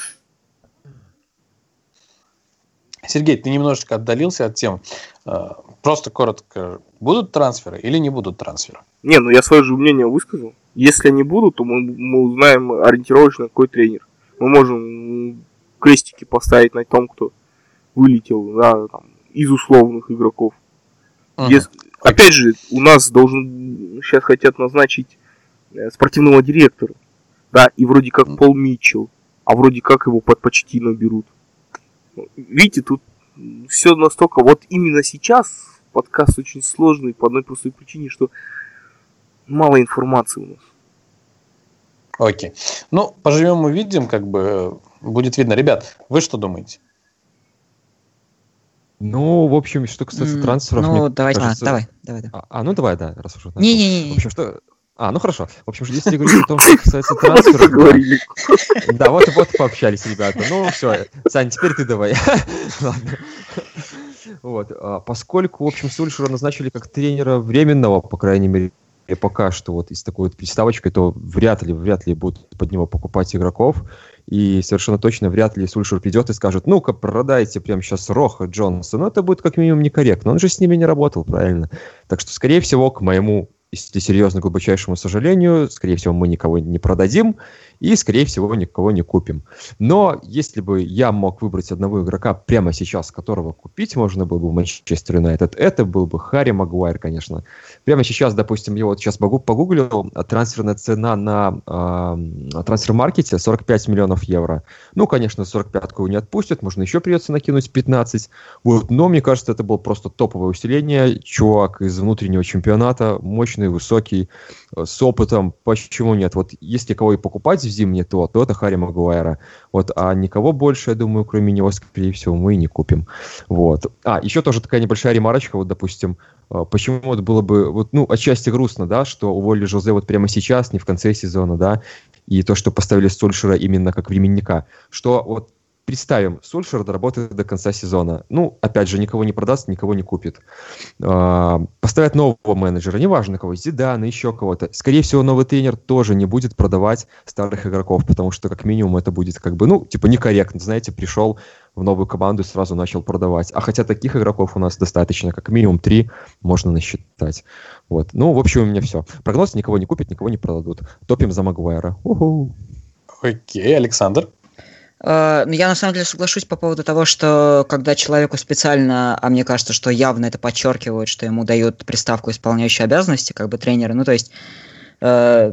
Сергей, ты немножечко отдалился от темы. Просто коротко, будут трансферы или не будут трансферы? Не, ну я свое же мнение высказал. Если они будут, то мы, мы узнаем ориентировочно, какой тренер. Мы можем крестики поставить на том, кто вылетел, да, там, из условных игроков. Uh-huh. Если, опять же, у нас должен сейчас хотят назначить спортивного директора. Да, и вроде как uh-huh. Пол Митчелл, а вроде как его под Почеттино берут. Видите, тут все настолько... Вот именно сейчас подкаст очень сложный по одной простой причине, что мало информации у нас. Окей. Ну, поживем увидим, как бы будет видно. Ребят, вы что думаете? Ну, в общем, что касается mm, трансферов... Ну, давай, кажется... а, давай, давай, давай. А, а, ну давай, да, раз уже... Не-не-не. В общем, что... А, ну хорошо. В общем, если говорить о том, что касается трансферов... Да, вот вот пообщались ребята. Ну, все, Сань, теперь ты давай. Ладно. Вот. Поскольку, в общем, Сульшера назначили как тренера временного, по крайней мере, пока что вот из такой вот приставочкой, то вряд ли, вряд ли будут под него покупать игроков. И совершенно точно вряд ли Сульшер придет и скажет: ну-ка, продайте прямо сейчас Роха, Джонса. Но это будет как минимум некорректно. Он же с ними не работал, правильно? Так что, скорее всего, к моему, если серьезно, глубочайшему сожалению, скорее всего, мы никого не продадим и, скорее всего, никого не купим. Но если бы я мог выбрать одного игрока прямо сейчас, которого купить можно было бы в Манчестер Юнайтед, это был бы Харри Магуайр, конечно. Прямо сейчас, допустим, я вот сейчас погуглил, трансферная цена на э, трансфер-маркете сорок пять миллионов евро. Ну, конечно, сорок пятку не отпустят, можно еще придется накинуть пятнадцать. Вот. Но мне кажется, это было просто топовое усиление. Чувак из внутреннего чемпионата, мощный, высокий, с опытом. Почему нет? Вот если кого и покупать в зимнее, то, то это Харри Магуайра. Вот, а никого больше, я думаю, кроме него, скорее всего, мы и не купим. Вот. А, еще тоже такая небольшая ремарочка, вот, допустим, почему вот было бы, вот, ну, отчасти грустно, да, что уволили Жозе вот прямо сейчас, не в конце сезона, да, и то, что поставили Сульшера именно как временника, что вот представим, Сульшер доработает до конца сезона. Ну, опять же, никого не продаст, никого не купит. А, поставят нового менеджера, неважно кого, Зидана, еще кого-то. Скорее всего, новый тренер тоже не будет продавать старых игроков, потому что, как минимум, это будет как бы, ну, типа, некорректно. Знаете, пришел в новую команду и сразу начал продавать. А хотя таких игроков у нас достаточно, как минимум три можно насчитать. Вот. Ну, в общем, у меня все. Прогноз: никого не купят, никого не продадут. Топим за Магуайра. Уху. Окей, Александр. Я на самом деле соглашусь по поводу того, что когда человеку специально, а мне кажется, что явно это подчеркивают, что ему дают приставку исполняющей обязанности, как бы тренера, ну то есть, э,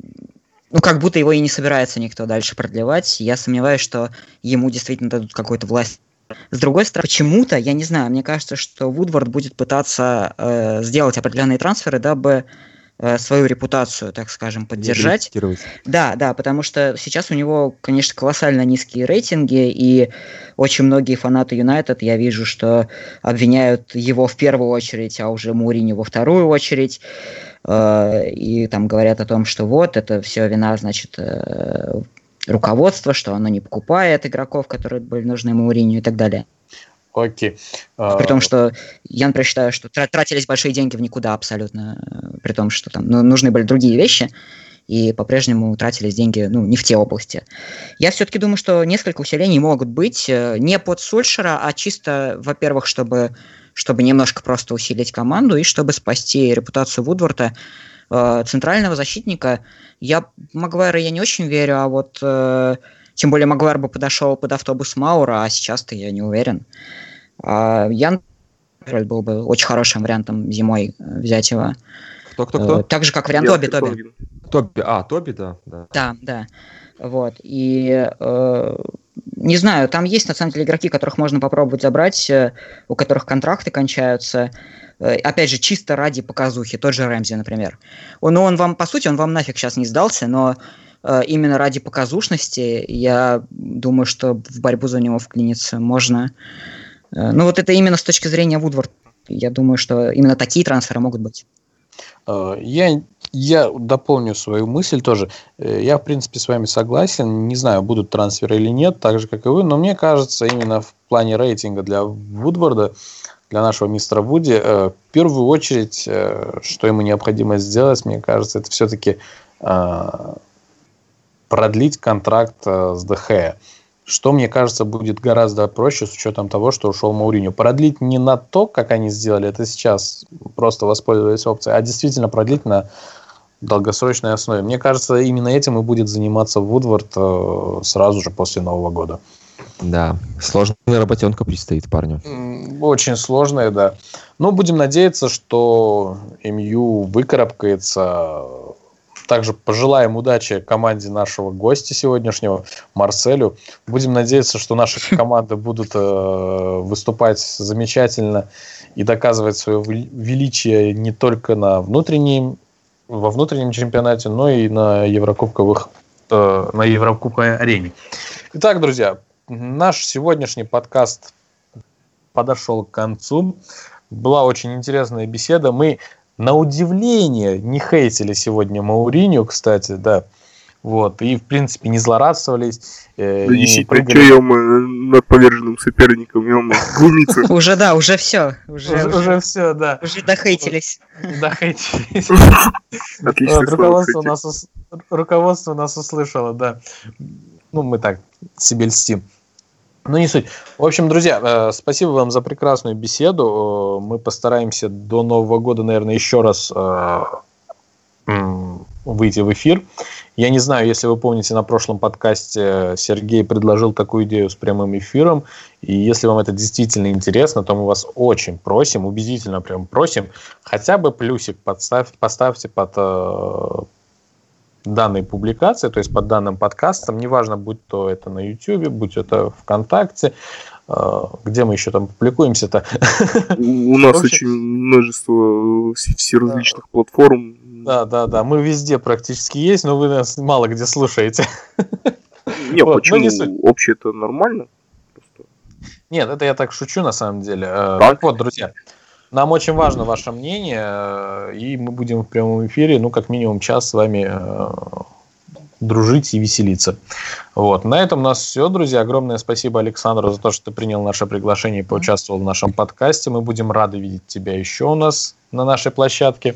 ну как будто его и не собирается никто дальше продлевать. Я сомневаюсь, что ему действительно дадут какую-то власть. С другой стороны, почему-то, я не знаю, мне кажется, что Вудвард будет пытаться э, сделать определенные трансферы, дабы свою репутацию, так скажем, поддержать. Да, да, потому что сейчас у него, конечно, колоссально низкие рейтинги, и очень многие фанаты Юнайтед, я вижу, что обвиняют его в первую очередь, а уже Мауриньо во вторую очередь, и там говорят о том, что вот, это все вина, значит, руководства, что оно не покупает игроков, которые были нужны Мауриньо и так далее. Окей. Okay. При том, что я, например, считаю, что тратились большие деньги в никуда абсолютно, при том, что там ну, нужны были другие вещи, и по-прежнему тратились деньги ну, не в те области. Я все-таки думаю, что несколько усилений могут быть не под Сульшера, а чисто, во-первых, чтобы, чтобы немножко просто усилить команду и чтобы спасти репутацию Вудворта. Центрального защитника я Магуайра я не очень верю, а вот... Тем более Магуайр бы подошел под автобус Маура, а сейчас-то я не уверен. А Ян был бы очень хорошим вариантом зимой взять его. Кто-кто-кто? Так же, как вариант Тоби, Тоби. Тоби, а, Тоби, да. Да, да. да. Вот. И э, не знаю, там есть на самом деле игроки, которых можно попробовать забрать, у которых контракты кончаются. Опять же, чисто ради показухи. Тот же Рэмзи, например. Он, ну, он вам, по сути, он вам нафиг сейчас не сдался, но именно ради показушности, я думаю, что в борьбу за него вклиниться можно. Ну, вот это именно с точки зрения Вудворда. Я думаю, что именно такие трансферы могут быть. Я Я дополню свою мысль тоже. Я, в принципе, с вами согласен. Не знаю, будут трансферы или нет, так же, как и вы. Но мне кажется, именно в плане рейтинга для Вудварда, для нашего мистера Вуди, в первую очередь, что ему необходимо сделать, мне кажется, это все-таки продлить контракт с ДХ. Что, мне кажется, будет гораздо проще с учетом того, что ушел Мауриньо. Продлить не на то, как они сделали это сейчас, просто воспользовались опцией, а действительно продлить на долгосрочной основе. Мне кажется, именно этим и будет заниматься Вудвард э, сразу же после Нового года. Да, сложная работенка предстоит парню. Очень сложная, да. Но будем надеяться, что МЮ выкарабкается. Также пожелаем удачи команде нашего гостя сегодняшнего, Марселю. Будем надеяться, что наши команды будут э, выступать замечательно и доказывать свое величие не только на внутреннем, во внутреннем чемпионате, но и на еврокубковых, э, на еврокубковой арене. Итак, друзья, наш сегодняшний подкаст подошел к концу. Была очень интересная беседа. Мы на удивление не хейтили сегодня Мауриньо, кстати, да. Вот. И, в принципе, не злорадствовались. Э, да, не прыгали. Что, над поверженным соперником, ё-мо, глумиться. Уже, да, уже все. Уже все, да. Уже дохейтились. Дохейтились. Отлично. Руководство нас услышало, да. Ну, мы так себе льстим. Ну, не суть. В общем, друзья, спасибо вам за прекрасную беседу. Мы постараемся до Нового года, наверное, еще раз выйти в эфир. Я не знаю, если вы помните, на прошлом подкасте Сергей предложил такую идею с прямым эфиром. И если вам это действительно интересно, то мы вас очень просим, убедительно прям просим, хотя бы плюсик подставь, поставьте под э, данной публикации, то есть под данным подкастом. Неважно, будь то это на YouTube, будь это ВКонтакте, э, где мы еще там публикуемся-то. У нас очень множество всеразличных платформ. Да, да, да. Мы везде практически есть, но вы нас мало где слушаете. Не, вот, почему? Не общее это нормально? Просто... Нет, это я так шучу на самом деле. Так? так вот, друзья, нам очень важно ваше мнение, и мы будем в прямом эфире, ну, как минимум час с вами дружить и веселиться. Вот. На этом у нас все, друзья. Огромное спасибо Александру за то, что ты принял наше приглашение и поучаствовал в нашем подкасте. Мы будем рады видеть тебя еще у нас на нашей площадке.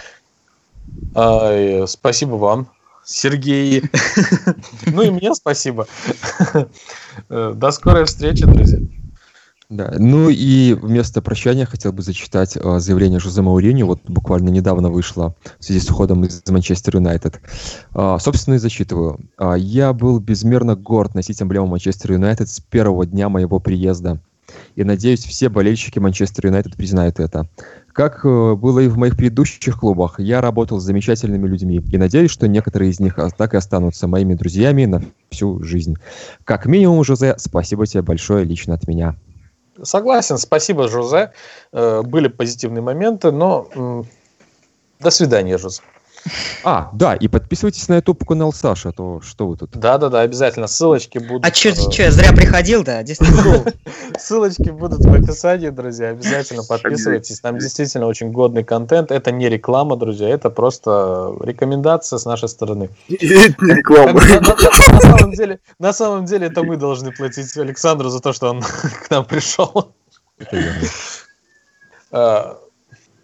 Спасибо вам, Сергей. Ну и мне спасибо. До скорой встречи, друзья. Да. Ну и вместо прощания хотел бы зачитать э, заявление Жозе Мауриньо. Вот буквально недавно вышло в связи с уходом из Манчестер Юнайтед. Э, собственно, и зачитываю. Э, «Я был безмерно горд носить эмблему Манчестер Юнайтед с первого дня моего приезда. И надеюсь, все болельщики Манчестер Юнайтед признают это. Как э, было и в моих предыдущих клубах, я работал с замечательными людьми. И надеюсь, что некоторые из них так и останутся моими друзьями на всю жизнь. Как минимум, Жозе, спасибо тебе большое лично от меня». Согласен, спасибо, Жозе. Были позитивные моменты, но до свидания, Жозе. А, да, и подписывайтесь на YouTube-канал Саши, а то что вы тут? Да-да-да, обязательно, ссылочки будут... А что, я зря приходил, да? Ссылочки будут в описании, друзья, обязательно подписывайтесь. Там действительно очень годный контент. Это не реклама, друзья, это просто рекомендация с нашей стороны. Это не реклама. На самом деле, на самом деле это мы должны платить Александру за то, что он к нам пришел. Это верно.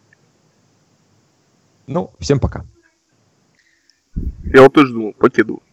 Ну, всем пока. Я вот тоже думал, покеду.